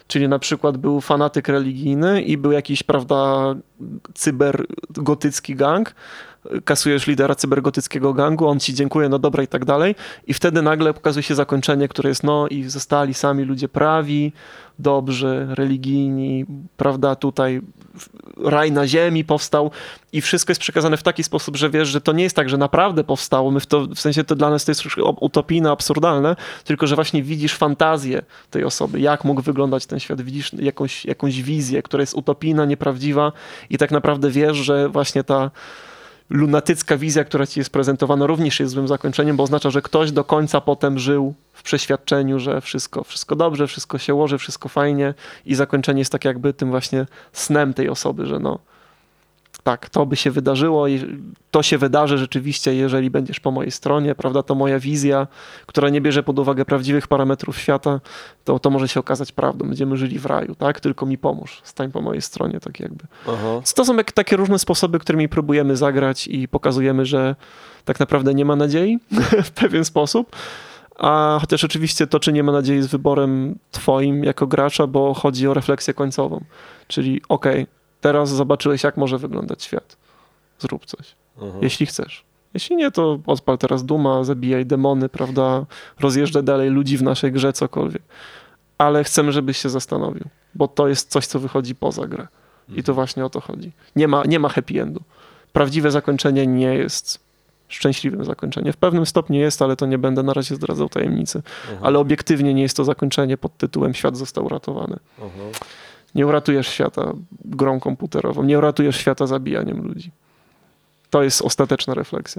Czyli na przykład był fanatyk religijny i był jakiś, prawda, cybergotycki gang, kasujesz lidera cybergotyckiego gangu, on ci dziękuję, no dobra i tak dalej. I wtedy nagle pokazuje się zakończenie, które jest i zostali sami ludzie prawi, dobrzy, religijni, prawda, tutaj raj na ziemi powstał i wszystko jest przekazane w taki sposób, że wiesz, że to nie jest tak, że naprawdę powstało, w sensie to dla nas to jest troszkę utopijne, absurdalne, tylko że właśnie widzisz fantazję tej osoby, jak mógł wyglądać ten świat, widzisz jakąś wizję, która jest utopijna, nieprawdziwa i tak naprawdę wiesz, że właśnie ta lunatycka wizja, która ci jest prezentowana, również jest złym zakończeniem, bo oznacza, że ktoś do końca potem żył w przeświadczeniu, że wszystko dobrze, wszystko się łoży, wszystko fajnie i zakończenie jest tak jakby tym właśnie snem tej osoby, że tak, to by się wydarzyło i to się wydarzy rzeczywiście, jeżeli będziesz po mojej stronie, prawda, to moja wizja, która nie bierze pod uwagę prawdziwych parametrów świata, to może się okazać prawdą, będziemy żyli w raju, tak, tylko mi pomóż, stań po mojej stronie, tak jakby. Aha. To są takie różne sposoby, którymi próbujemy zagrać i pokazujemy, że tak naprawdę nie ma nadziei w pewien sposób, a chociaż oczywiście to, czy nie ma nadziei, jest wyborem twoim jako gracza, bo chodzi o refleksję końcową, czyli teraz zobaczyłeś, jak może wyglądać świat. Zrób coś. Jeśli chcesz. Jeśli nie, to odpal teraz Duma, zabijaj demony, prawda? Rozjeżdżaj dalej ludzi w naszej grze, cokolwiek. Ale chcemy, żebyś się zastanowił, bo to jest coś, co wychodzi poza grę. I to właśnie o to chodzi. Nie ma happy endu. Prawdziwe zakończenie nie jest szczęśliwym zakończeniem. W pewnym stopniu jest, ale to nie będę na razie zdradzał tajemnicy. Ale obiektywnie nie jest to zakończenie pod tytułem świat został uratowany. Nie uratujesz świata grą komputerową, nie uratujesz świata zabijaniem ludzi. To jest ostateczna refleksja.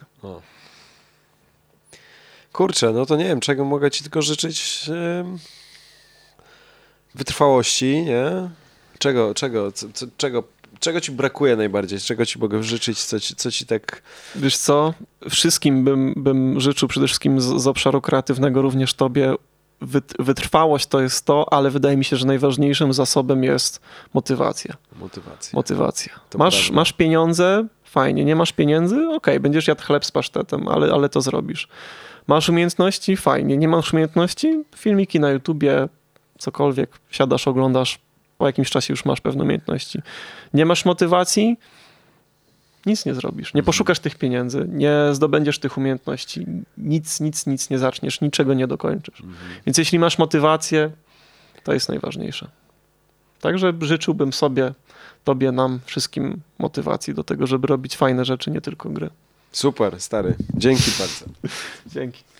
Kurczę, no to nie wiem, czego mogę ci tylko życzyć wytrwałości, nie? Czego ci brakuje najbardziej? Czego ci mogę życzyć? Co ci tak... Wiesz co? Wszystkim bym życzył, przede wszystkim z obszaru kreatywnego, również tobie. Wytrwałość to jest to, ale wydaje mi się, że najważniejszym zasobem jest motywacja. Masz pieniądze? Fajnie. Nie masz pieniędzy? Okej, będziesz jadł chleb z pasztetem, ale to zrobisz. Masz umiejętności? Fajnie. Nie masz umiejętności? Filmiki na YouTubie, cokolwiek. Siadasz, oglądasz, po jakimś czasie już masz pewne umiejętności. Nie masz motywacji? Nic nie zrobisz. Nie poszukasz tych pieniędzy, nie zdobędziesz tych umiejętności. Nic nie zaczniesz, niczego nie dokończysz. Więc jeśli masz motywację, to jest najważniejsze. Także życzyłbym tobie, nam, wszystkim motywacji do tego, żeby robić fajne rzeczy, nie tylko gry. Super, stary. Dzięki bardzo. Dzięki.